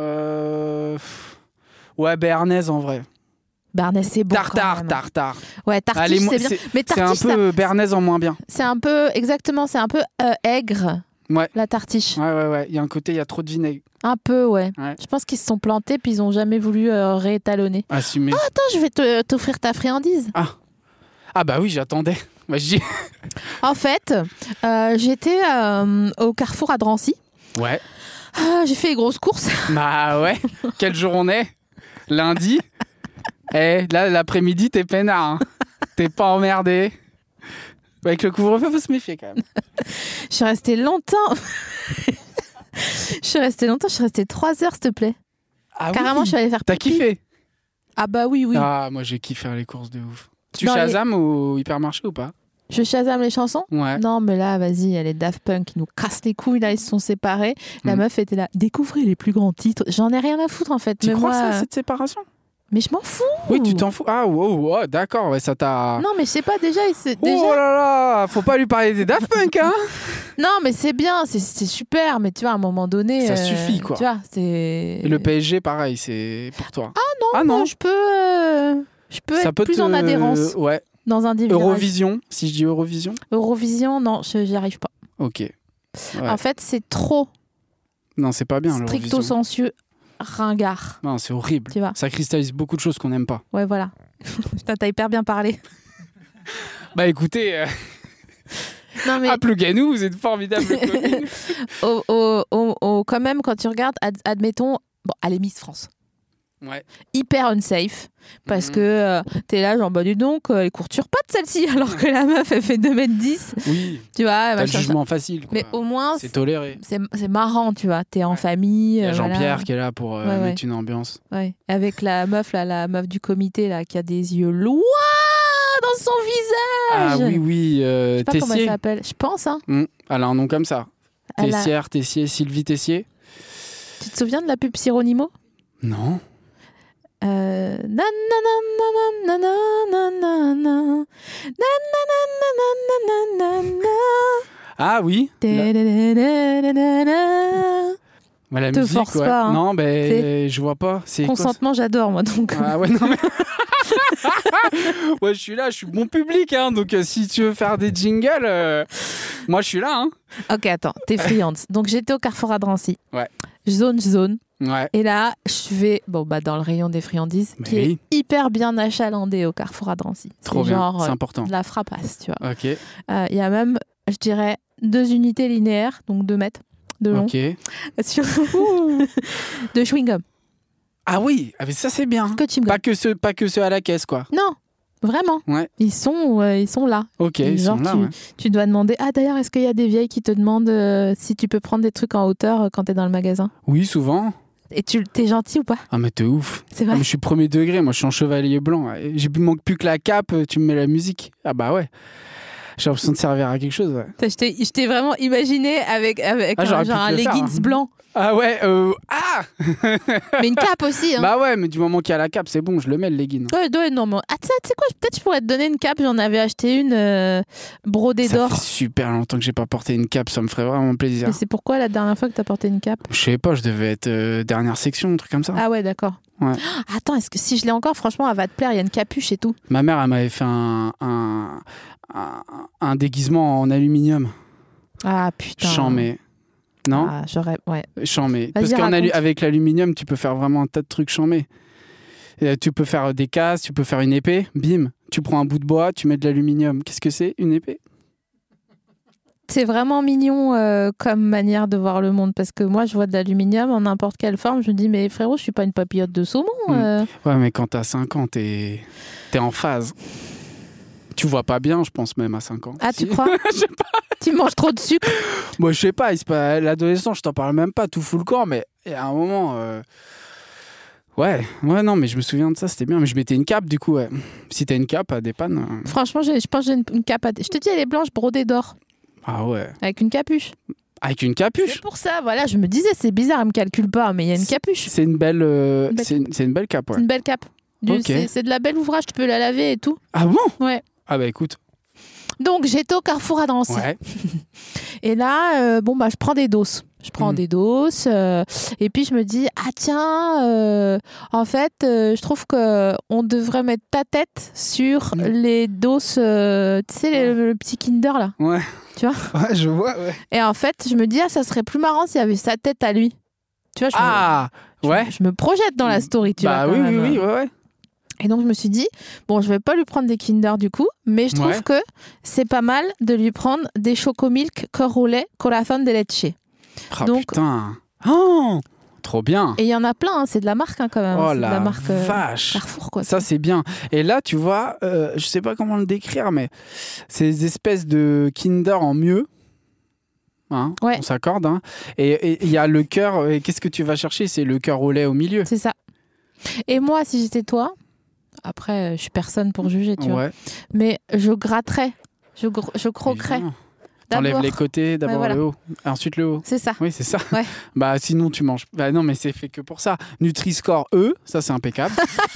Ouais, béarnaise en vrai. Béarnaise, c'est bon. Tartare. Ouais, tartiche, c'est bien. Mais tartiche, c'est un peu béarnaise en moins bien. C'est un peu, exactement, c'est un peu aigre. Ouais. La tartiche. Ouais. Il y a un côté, il y a trop de vinaigre. Un peu, ouais. Je pense qu'ils se sont plantés puis ils ont jamais voulu réétalonner. Assumer. Oh, attends, je vais t'offrir ta friandise. Ah bah oui, j'attendais. En fait, j'étais au Carrefour à Drancy. Ouais. J'ai fait les grosses courses. Bah ouais. Quel jour on est? Lundi. Là, l'après-midi, t'es peinard. Hein. T'es pas emmerdé. Avec le couvre-feu, faut se méfier quand même. Je suis restée longtemps. Je suis restée 3 heures, s'il te plaît. Ah carrément, oui. je suis allée faire pipi. T'as kiffé? Ah bah oui. Ah, moi j'ai kiffé faire les courses de ouf. Tu Shazam au hypermarché ou pas? Je Shazam les chansons? Ouais. Non, mais là, vas-y, il y a les Daft Punk qui nous cassent les couilles, là, ils se sont séparés. La meuf était là, découvrez les plus grands titres. J'en ai rien à foutre, en fait. Tu crois ça, cette séparation? Mais je m'en fous. Oui, tu t'en fous. Ah, wow, d'accord, ouais, ça t'a... Non, mais je sais pas, déjà... Oh là là, faut pas lui parler des Daft Punk, hein. Non, mais c'est bien, c'est super, mais tu vois, à un moment donné... Ça suffit, quoi. Tu vois, c'est... Et le PSG, pareil, c'est pour toi. Ah non, je peux ça être plus en adhérence. Ouais. Dans un virage. Eurovision, si je dis Eurovision. Eurovision, non, j'y arrive pas. Ok. Ouais. En fait, c'est trop... Non, c'est pas bien, stricto sensu, ringard. Non, c'est horrible. Tu vois. Ça cristallise beaucoup de choses qu'on n'aime pas. Ouais, voilà. Putain, t'as hyper bien parlé. Bah écoutez, non, mais... à Plouganou, vous êtes formidables. Quand même, quand tu regardes, admettons, allez, Miss France. Ouais. Hyper unsafe parce que t'es là genre dis donc elle court sur pattes celle-ci alors que la meuf elle fait 2m10. Oui. Tu vois, t'as le jugement facile quoi. Mais au moins c'est toléré. C'est marrant, tu vois, t'es en famille. Il y a Jean-Pierre qui est là pour mettre une ambiance. Ouais. Avec la meuf du comité là qui a des yeux loin dans son visage. Ah oui. Je sais pas comment elle s'appelle. Je pense hein. Elle a un nom comme ça. Tessier, Sylvie Tessier. Tu te souviens de la pub Sironimo? Non. Ah oui. Bah, la te musique, force pas. Hein. Non, je vois pas. C'est consentement, j'adore moi donc. Ah ouais, non mais. Ouais, je suis là, je suis bon public, hein, donc si tu veux faire des jingles, moi je suis là. Hein. Ok, attends, t'es friande. Donc j'étais au Carrefour à Drancy. Ouais. Zone. Ouais. Et là, je vais dans le rayon des friandises, qui est hyper bien achalandé au Carrefour à Drancy. Trop bien, genre, c'est important. De la frappasse, tu vois. Ok. Il y a même, je dirais, 2 unités linéaires, donc 2 mètres de long, de chewing-gum. Ah oui, mais ça c'est bien. Pas que ceux à la caisse, quoi. Non, vraiment. Ouais. Ils sont là. Ok, ils sont là, tu dois demander, d'ailleurs, est-ce qu'il y a des vieilles qui te demandent si tu peux prendre des trucs en hauteur quand t'es dans le magasin? Oui, souvent. Et t'es gentil ou pas? Ah mais t'es ouf. C'est vrai. Mais je suis premier degré, moi je suis en chevalier blanc. Il manque plus que la cape, tu me mets la musique. Ah bah ouais. J'ai l'impression de servir à quelque chose. Ouais. Je t'ai vraiment imaginé avec un leggings blanc. Ah ouais, Mais une cape aussi. Hein. Bah ouais, mais du moment qu'il y a la cape, c'est bon, je le mets le legging. Ouais, non, mais... tu sais quoi, peut-être je pourrais te donner une cape. J'en avais acheté une brodée d'or. Ça fait super longtemps que j'ai pas porté une cape, ça me ferait vraiment plaisir. Et c'est pourquoi la dernière fois que t'as porté une cape? Je sais pas, je devais être dernière section, un truc comme ça. Ah ouais, d'accord. Ouais. Attends, est-ce que si je l'ai encore, franchement, elle va te plaire, il y a une capuche et tout. Ma mère, elle m'avait fait un déguisement en aluminium. Ah putain. Chambé. Non? Ah, j'aurais... Ouais. Chambé. Parce qu'avec l'aluminium, tu peux faire vraiment un tas de trucs chambés. Tu peux faire des casses, tu peux faire une épée, bim. Tu prends un bout de bois, tu mets de l'aluminium. Qu'est-ce que c'est, une épée? C'est vraiment mignon comme manière de voir le monde, parce que moi je vois de l'aluminium en n'importe quelle forme, je me dis mais frérot, je suis pas une papillote de saumon. Ouais, mais quand t'as 5 ans, t'es en phase. Tu vois pas bien, je pense, même à 5 ans. Ah, tu crois? Je sais pas. Tu manges trop de sucre? Moi, je sais pas, l'adolescent, je t'en parle même pas, tout fout le corps, mais il y a un moment... Ouais, non, mais je me souviens de ça, c'était bien. Mais je mettais une cape, du coup, ouais. Si t'as une cape, à des pannes... Franchement, je pense que j'ai une cape je te dis, elle est blanche, brodée d'or. Ah ouais. Avec une capuche. Avec une capuche? C'est pour ça, voilà, je me disais, c'est bizarre, elle me calcule pas, mais il y a une capuche. C'est une belle... c'est une belle cape, ouais. C'est une belle cape. Okay. C'est de la belle ouvrage, tu peux la laver et tout. Ah bon? Ouais. Ah bah écoute. Donc, j'étais au Carrefour à Drancy. Ouais. Et là, je prends des doses. Des doses. Et puis, je me dis, tiens, en fait, je trouve qu'on devrait mettre ta tête sur les doses, tu sais, le petit Kinder, là. Ouais. Tu vois? Ouais, je vois, ouais. Et en fait, je me dis, ça serait plus marrant s'il y avait sa tête à lui. Tu vois, je me projette dans la story, tu vois. Oui, ouais. Et donc, je me suis dit, je vais pas lui prendre des Kinder du coup, mais je trouve que c'est pas mal de lui prendre des Chocomilk Cor au lait Corazón de Leche. Oh, donc, putain. Oh, trop bien. Et il y en a plein, hein, c'est de la marque quand même. Oh c'est la de la marque vache. Carrefour, quoi. Ça, c'est bien. Et là, tu vois, je sais pas comment le décrire, mais c'est des espèces de Kinder en mieux. Hein, ouais. On s'accorde. Hein. Et il y a le cœur. Et qu'est-ce que tu vas chercher? C'est le cœur au lait au milieu. C'est ça. Et moi, si j'étais toi... Après, je suis personne pour juger, tu vois. Mais je gratterais, je croquerais. Évidemment. T'enlèves les côtés, d'abord le haut, ensuite le haut. C'est ça. Oui, c'est ça. Ouais. Bah sinon tu manges. Bah non, mais c'est fait que pour ça. Nutri-Score E, ça c'est impeccable.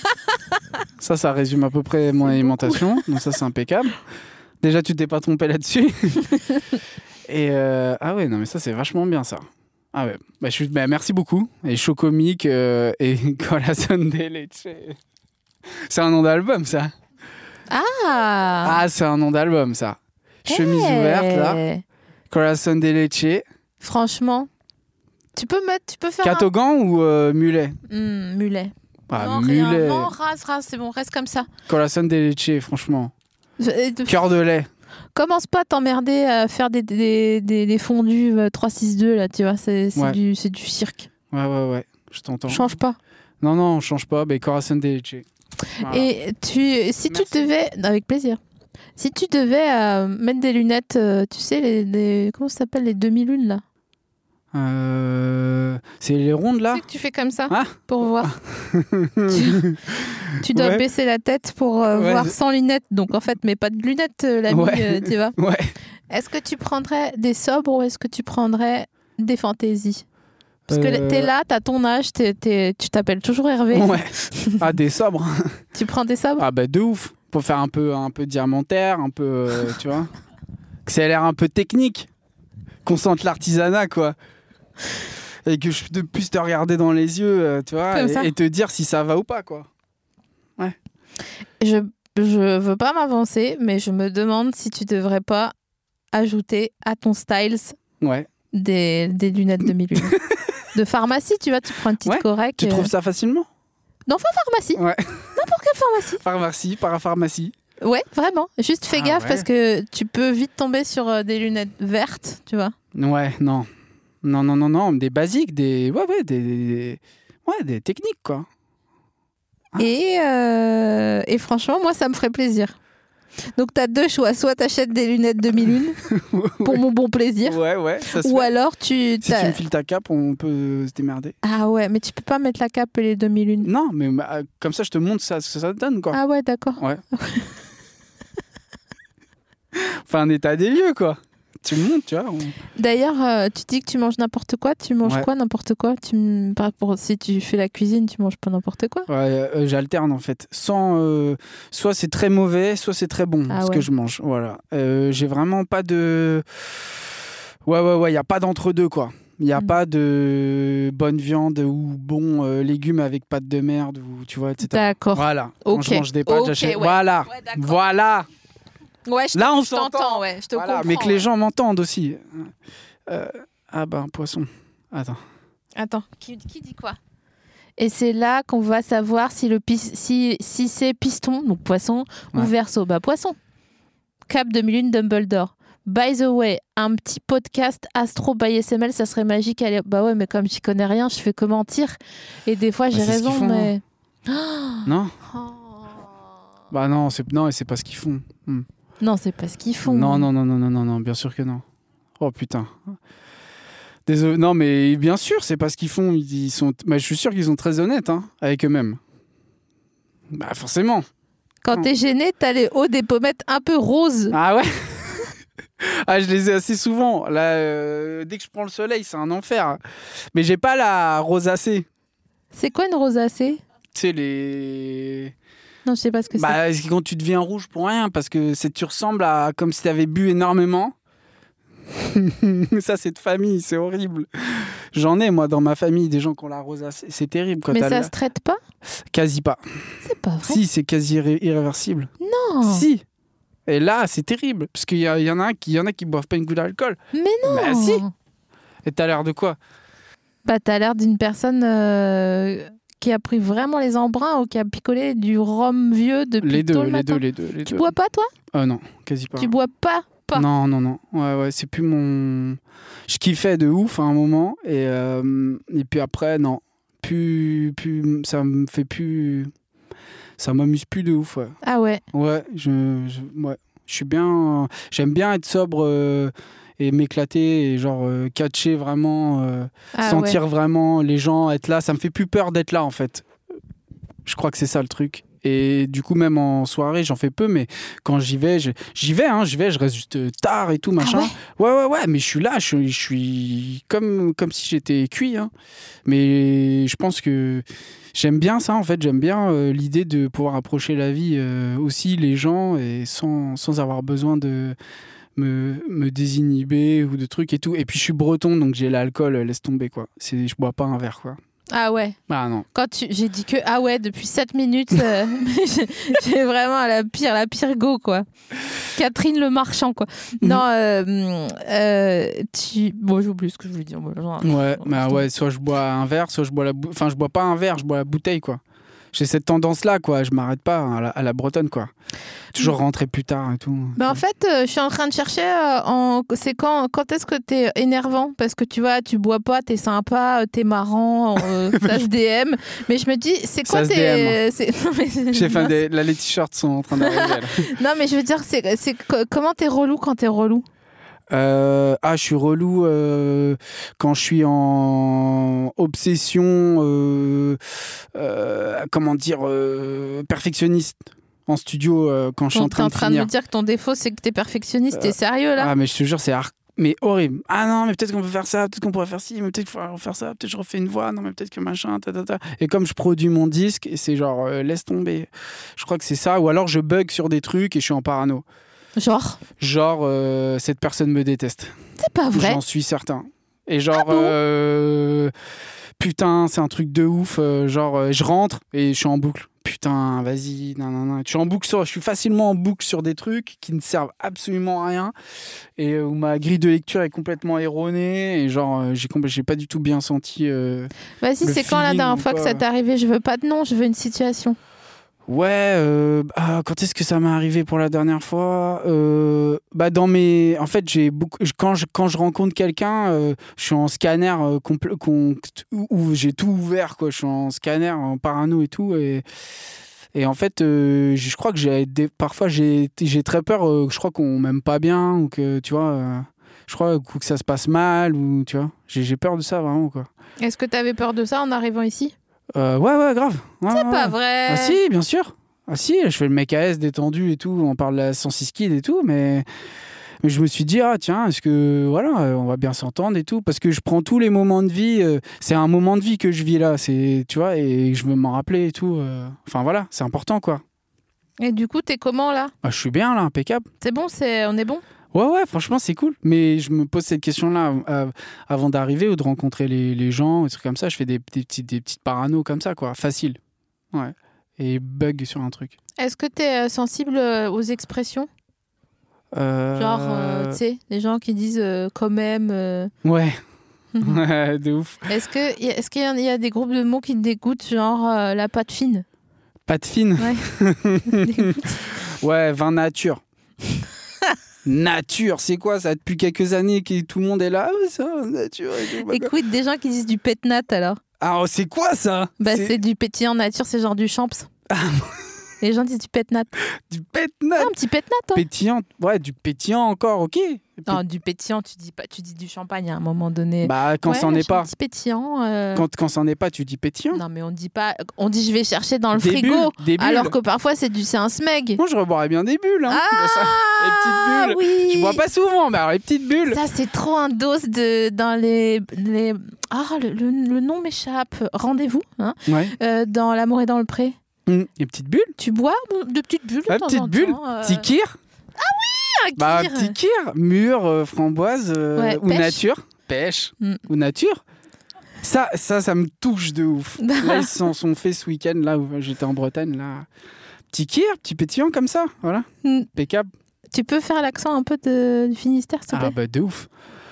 ça résume à peu près mon alimentation. Donc ça c'est impeccable. Déjà tu t'es pas trompé là-dessus. Et ah ouais, non mais ça c'est vachement bien ça. Ah ouais. Merci beaucoup. Et Chocomilk et Corazón de Leche. C'est un nom d'album, ça. Ah, c'est un nom d'album, ça. Chemise ouverte, là. Corazón de Leche. Franchement, tu peux faire Catogan ou mulet? Mulet. Ah, non, mulet. Rien. Non, race, c'est bon, reste comme ça. Corazón de Leche, franchement. Cœur de lait. Commence pas à t'emmerder à faire des fondus 3-6-2, là, tu vois. C'est du cirque. Ouais. Je t'entends. Change pas. Non, on change pas. Corazón de Leche. Voilà. Et tu devais, avec plaisir, si tu devais mettre des lunettes, tu sais, les comment ça s'appelle, les demi-lunes là? C'est les rondes là? Tu sais que tu fais comme ça pour voir. tu dois baisser la tête pour voir sans lunettes. Donc en fait, mais pas de lunettes, l'ami, tu vois. Ouais. Est-ce que tu prendrais des sobres ou est-ce que tu prendrais des fantaisies? Parce que t'es là, t'as ton âge, tu t'appelles toujours Hervé. Ouais. Ah, des sobres. Tu prends des sobres? Ah bah de ouf. Pour faire un peu diamantaire, un peu, tu vois. Que ça a l'air un peu technique. Qu'on sente l'artisanat, quoi. Et que je puisse te regarder dans les yeux, tu vois, et te dire si ça va ou pas, quoi. Ouais. Je veux pas m'avancer, mais je me demande si tu devrais pas ajouter à ton styles des lunettes demi-lune. De pharmacie, tu vois, tu prends une petite correcte. Tu trouves ça facilement? Non, pas pharmacie. Ouais. N'importe quelle pharmacie. Pharmacie, parapharmacie. Ouais, vraiment. Juste fais gaffe parce que tu peux vite tomber sur des lunettes vertes, tu vois. Ouais, non. Non. Des basiques, des techniques, quoi. Et franchement, moi, ça me ferait plaisir. Donc, tu as deux choix. Soit tu achètes des lunettes demi-lune pour mon bon plaisir. Ouais, ça se Ou fait. alors Si tu me files ta cape, on peut se démerder. Ah ouais, mais tu peux pas mettre la cape et les demi-lunes. Non, mais comme ça, je te montre ce que ça donne, quoi. Ah ouais, d'accord. Ouais. Enfin, un état des lieux, quoi. Tu me montres, tu vois. D'ailleurs, tu dis que tu manges n'importe quoi. Tu manges quoi, n'importe quoi? Si tu fais la cuisine, tu manges pas n'importe quoi? Ouais, j'alterne, en fait. Soit c'est très mauvais, soit c'est très bon, que je mange. Voilà. J'ai vraiment pas de... Ouais, il n'y a pas d'entre-deux, quoi. Il n'y a pas de bonne viande ou bon légumes avec pâtes de merde, ou, tu vois, etc. D'accord. Voilà. Quand je mange des pâtes, j'achète... Ouais. Voilà. Ouais, voilà. Ouais, là, on s'entend. Ouais, je te comprends. Mais que les gens m'entendent aussi. Un poisson. Attends. Qui dit quoi? Et c'est là qu'on va savoir si c'est piston, donc poisson, ou verso. Bah, poisson. Cap demi-lune Dumbledore. By the way, un petit podcast Astro by SML, ça serait magique. Bah ouais, mais comme j'y connais rien, je fais que mentir. Et des fois, j'ai raison, mais... Non. Bah non, c'est pas ce qu'ils font. Non, c'est pas ce qu'ils font. Non, bien sûr que non. Oh putain. Désolé. Non, mais bien sûr, c'est pas ce qu'ils font. Je suis sûr qu'ils sont très honnêtes avec eux-mêmes. Bah forcément. Quand t'es gêné, t'as les hauts des pommettes un peu roses. Ah ouais. Je les ai assez souvent. Là, dès que je prends le soleil, c'est un enfer. Mais j'ai pas la rosacée. C'est quoi une rosacée? Tu sais, les... Non, je sais pas ce que c'est. C'est quand tu deviens rouge pour rien, parce que tu ressembles à comme si tu avais bu énormément. Ça, c'est de famille, c'est horrible. J'en ai, moi, dans ma famille, des gens qui ont la rosacée. C'est terrible. Mais ça se traite pas? Quasi pas. C'est pas vrai. Si, c'est quasi irréversible. Non. Si. Et là, c'est terrible, parce qu'il y en a qui boivent pas une goutte d'alcool. Mais non. Bah si. Et t'as l'air de quoi? Bah, t'as l'air d'une personne... qui a pris vraiment les embruns ou qui a picolé du rhum vieux depuis tôt le matin. Les deux. Tu bois pas, toi? Non, quasi pas. Tu bois pas? Non. Ouais, c'est plus mon... Je kiffais de ouf à un moment, et puis après, non. Plus ça me fait plus... Ça m'amuse plus de ouf, ouais. Ah ouais? Ouais, je suis bien... J'aime bien être sobre... et m'éclater et genre catcher vraiment, sentir vraiment les gens, être là. Ça me fait plus peur d'être là, en fait. Je crois que c'est ça le truc. Et du coup, même en soirée, j'en fais peu, mais quand j'y vais, je reste juste tard et tout, machin. Ah ouais, mais je suis là, je suis comme si j'étais cuit. Mais je pense que j'aime bien ça, en fait. J'aime bien l'idée de pouvoir approcher la vie aussi, les gens, et sans avoir besoin de... me désinhiber ou de trucs et tout. Et puis je suis breton, donc j'ai l'alcool, laisse tomber, quoi. Je bois pas un verre, quoi. Ah ouais? Ah non. J'ai dit que ah ouais depuis 7 minutes, j'ai vraiment la pire go, quoi. Catherine le Marchand, quoi. Non, bon, j'ai oublié ce que je voulais dire. Ouais, soit je bois un verre, soit je bois je bois pas un verre, je bois la bouteille, quoi. J'ai cette tendance-là, quoi. Je m'arrête pas à la bretonne, quoi. Toujours rentrer plus tard et tout. Mais en fait, je suis en train de chercher c'est quand est-ce que t'es énervant? Parce que tu vois, tu bois pas, t'es sympa, t'es marrant, ça se DM. Mais je me dis, c'est quoi tes... J'ai fait là, les t-shirts sont en train d'arriver. Non, mais je veux dire, comment t'es relou quand t'es relou? Je suis relou quand je suis en obsession, perfectionniste en studio quand je suis en train de finir. T'es en train de me dire que ton défaut, c'est que t'es perfectionniste, t'es sérieux là? Ah, mais je te jure, c'est mais horrible. Ah non, mais peut-être qu'on peut faire ça, peut-être qu'on pourrait faire ci, mais peut-être qu'il faudrait faire ça, peut-être je refais une voix, non, mais peut-être que machin, Et comme je produis mon disque, et c'est genre, laisse tomber. Je crois que c'est ça, ou alors je bug sur des trucs et je suis en parano. Genre, cette personne me déteste. C'est pas vrai. J'en suis certain. Et genre, putain, c'est un truc de ouf. Je rentre et je suis en boucle. Putain, vas-y, non. Je suis facilement en boucle sur des trucs qui ne servent absolument à rien et où ma grille de lecture est complètement erronée et j'ai pas du tout bien senti. Vas-y, c'est quand la dernière fois que ça t'est arrivé? Je veux pas de nom, je veux une situation. Ouais, quand est-ce que ça m'est arrivé pour la dernière fois? En fait, quand je rencontre quelqu'un, je suis en scanner où j'ai tout ouvert, quoi. Je suis en scanner, en parano et tout, et en fait, je crois que parfois j'ai très peur. Je crois qu'on m'aime pas bien ou que tu vois, je crois que ça se passe mal ou tu vois, j'ai peur de ça vraiment, quoi. Est-ce que t'avais peur de ça en arrivant ici? Ouais, grave. C'est pas vrai. Ah si, bien sûr. Ah si, je fais le mec AS détendu et tout, on parle de la 106 Kid et tout, mais je me suis dit, tiens, est-ce que, voilà, on va bien s'entendre et tout, parce que je prends tous les moments de vie, c'est un moment de vie que je vis là, tu vois, et je veux m'en rappeler et tout. Enfin voilà, c'est important, quoi. Et du coup, t'es comment là? Je suis bien là, impeccable. C'est bon, on est bon? Ouais, franchement, c'est cool. Mais je me pose cette question-là avant d'arriver ou de rencontrer les gens, des trucs comme ça. Je fais des petites paranos comme ça, quoi. Facile. Ouais. Et bug sur un truc. Est-ce que t'es sensible aux expressions? Genre, tu sais, les gens qui disent quand même. Ouais. Ouais, de ouf. Est-ce qu'il y a des groupes de mots qui te dégoûtent, genre la pâte fine? Pâte fine? Ouais. Ouais, vin nature. Nature, c'est quoi ça? Depuis quelques années que tout le monde est là, ça, nature. Écoute, des gens qui disent du pétnat alors. Ah, c'est quoi ça? C'est du pétillant nature, c'est genre du champs. Les gens disent du pétnat. Du pétnat? Un petit pétnat, toi. Pétillant, ouais, du pétillant encore, ok. Non, du pétillant, tu dis du champagne à un moment donné. Bah, quand c'en est pas. Un petit pétillant. Quand c'en est pas, tu dis pétillant. Non, mais on dit pas. On dit je vais chercher dans le frigo. Des bulles. Alors que parfois c'est un smeg. Moi, je reboirais bien des bulles. Hein. Les petites bulles. Oui. Je bois pas souvent, mais alors les petites bulles. Ça, c'est trop un dos dans les. Le nom m'échappe. Rendez-vous. Hein, ouais. Dans L'amour est dans le pré. Les petites bulles. Tu bois de petites bulles de temps en temps. Petit kir. Ah oui, un kir. Petit kir, mûre, framboise ou pêche. Nature. Pêche ou nature. Ça me touche de ouf. Là, ils s'en sont fait ce week-end, là où j'étais en Bretagne. Là. Petit kir, petit pétillant comme ça. Voilà. Impeccable. Tu peux faire l'accent un peu du Finistère, s'il te plaît? Ah bah de ouf.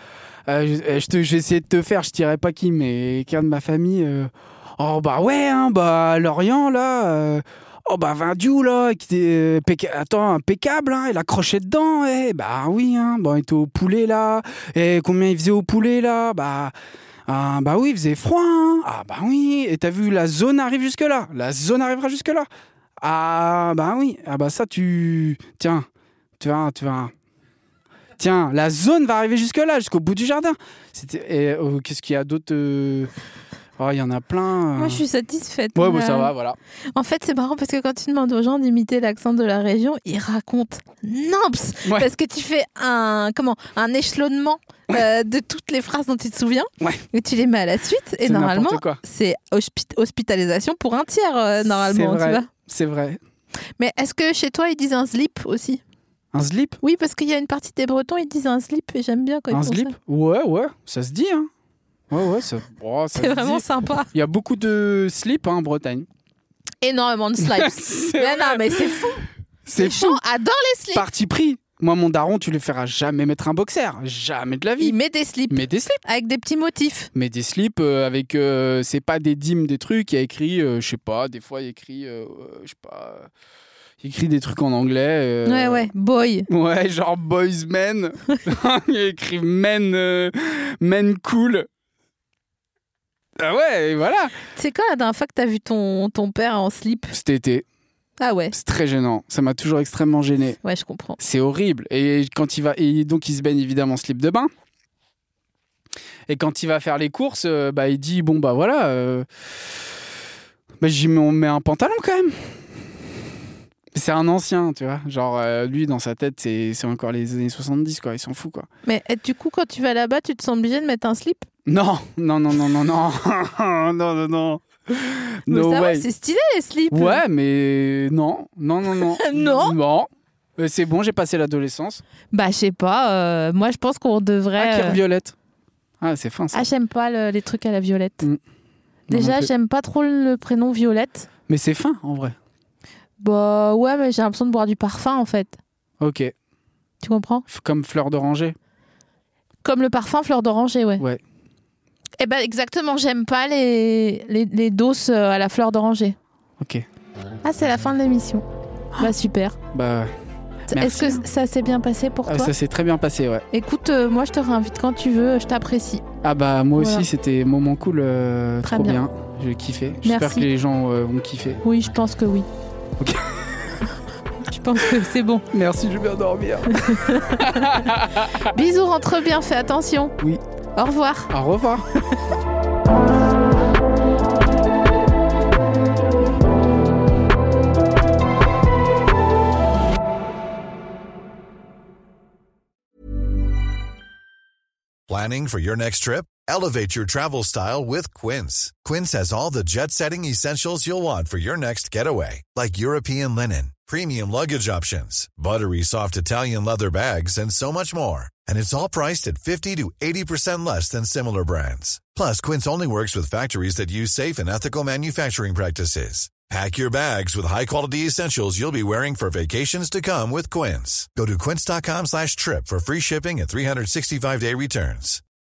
J'ai essayé de te faire, je dirais pas qui, mais quelqu'un de ma famille... Oh bah ouais, hein, bah Lorient là, oh bah Vindiou là, impeccable, hein, il a croché dedans, bah oui, hein, bon, il était au poulet là, et combien il faisait au poulet là, bah oui, il faisait froid, hein, ah bah oui, et t'as vu, la zone arrive jusque là, la zone arrivera jusque là, ah bah oui, ah bah ça tiens, tu vas. Tiens, la zone va arriver jusque là, jusqu'au bout du jardin. Qu'est-ce qu'il y a d'autre il y en a plein. Moi, je suis satisfaite. Ouais, bah, ça va, voilà. En fait, c'est marrant parce que quand tu demandes aux gens d'imiter l'accent de la région, ils racontent NAMPS. Ouais. Parce que tu fais un échelonnement de toutes les phrases dont tu te souviens. Ouais. Et tu les mets à la suite. Et normalement, c'est hospitalisation pour un tiers, normalement. C'est vrai. Tu vois. C'est vrai. Mais est-ce que chez toi, ils disent un slip aussi? Un slip? Oui, parce qu'il y a une partie des Bretons, ils disent un slip. Et j'aime bien quand ils font ça. Un slip? Ouais, ça se dit, hein. Ouais, ça c'est vraiment sympa. Il y a beaucoup de slips en Bretagne. Énormément de slips. mais c'est fou. C'est fou. Les gens adorent les slips. Parti pris. Moi, mon daron, tu le feras jamais mettre un boxer. Jamais de la vie. Il met des slips. Avec des petits motifs. Mais des slips avec... c'est pas des dîmes, des trucs. Il y a écrit, je sais pas, des fois, il écrit... je sais pas... Il écrit des trucs en anglais. Ouais, boy. Ouais, genre boys men. Il écrit men cool. Ah ouais, et voilà. C'est quand la dernière fois que t'as vu ton père en slip? Cet été. Ah ouais. C'est très gênant. Ça m'a toujours extrêmement gêné. Ouais, je comprends. C'est horrible. Et quand il va, et donc il se baigne évidemment en slip de bain. Et quand il va faire les courses, il dit bon bah voilà, on met un pantalon quand même. C'est un ancien, tu vois. Genre, lui, dans sa tête, c'est encore les années 70, quoi. Il s'en fout, quoi. Mais du coup, quand tu vas là-bas, tu te sens obligé de mettre un slip? Non. Non. Non. No way. C'est stylé, les slips. Ouais, mais non. Non. Non. C'est bon, j'ai passé l'adolescence. Bah, je sais pas. Moi, je pense qu'on devrait... Violette. Ah, c'est fin, ça. Ah, j'aime pas les trucs à la violette. Déjà, j'aime pas trop le prénom Violette. Mais c'est fin, en vrai. Bah ouais, mais j'ai l'impression de boire du parfum, en fait. Ok. Tu comprends ? Comme fleur d'oranger. Comme le parfum fleur d'oranger, ouais. Ouais. Eh ben exactement, j'aime pas les doses à la fleur d'oranger. Ok. Ah, c'est la fin de l'émission. Bah super. Bah... Merci. Est-ce que ça s'est bien passé pour toi ? Ça s'est très bien passé, ouais. Écoute, moi je te réinvite quand tu veux, je t'apprécie. Ah bah moi aussi, c'était un moment cool, très trop bien. J'ai kiffé. J'espère que les gens vont kiffer. Oui, je pense que oui. Ok. Je pense que c'est bon. Merci, je vais bien dormir. Bisous, rentre bien, fais attention. Oui. Au revoir. Au revoir. Planning for your next trip? Elevate your travel style with Quince. Quince has all the jet-setting essentials you'll want for your next getaway, like European linen, premium luggage options, buttery soft Italian leather bags, and so much more. And it's all priced at 50 to 80% less than similar brands. Plus, Quince only works with factories that use safe and ethical manufacturing practices. Pack your bags with high-quality essentials you'll be wearing for vacations to come with Quince. Go to quince.com/trip for free shipping and 365-day returns.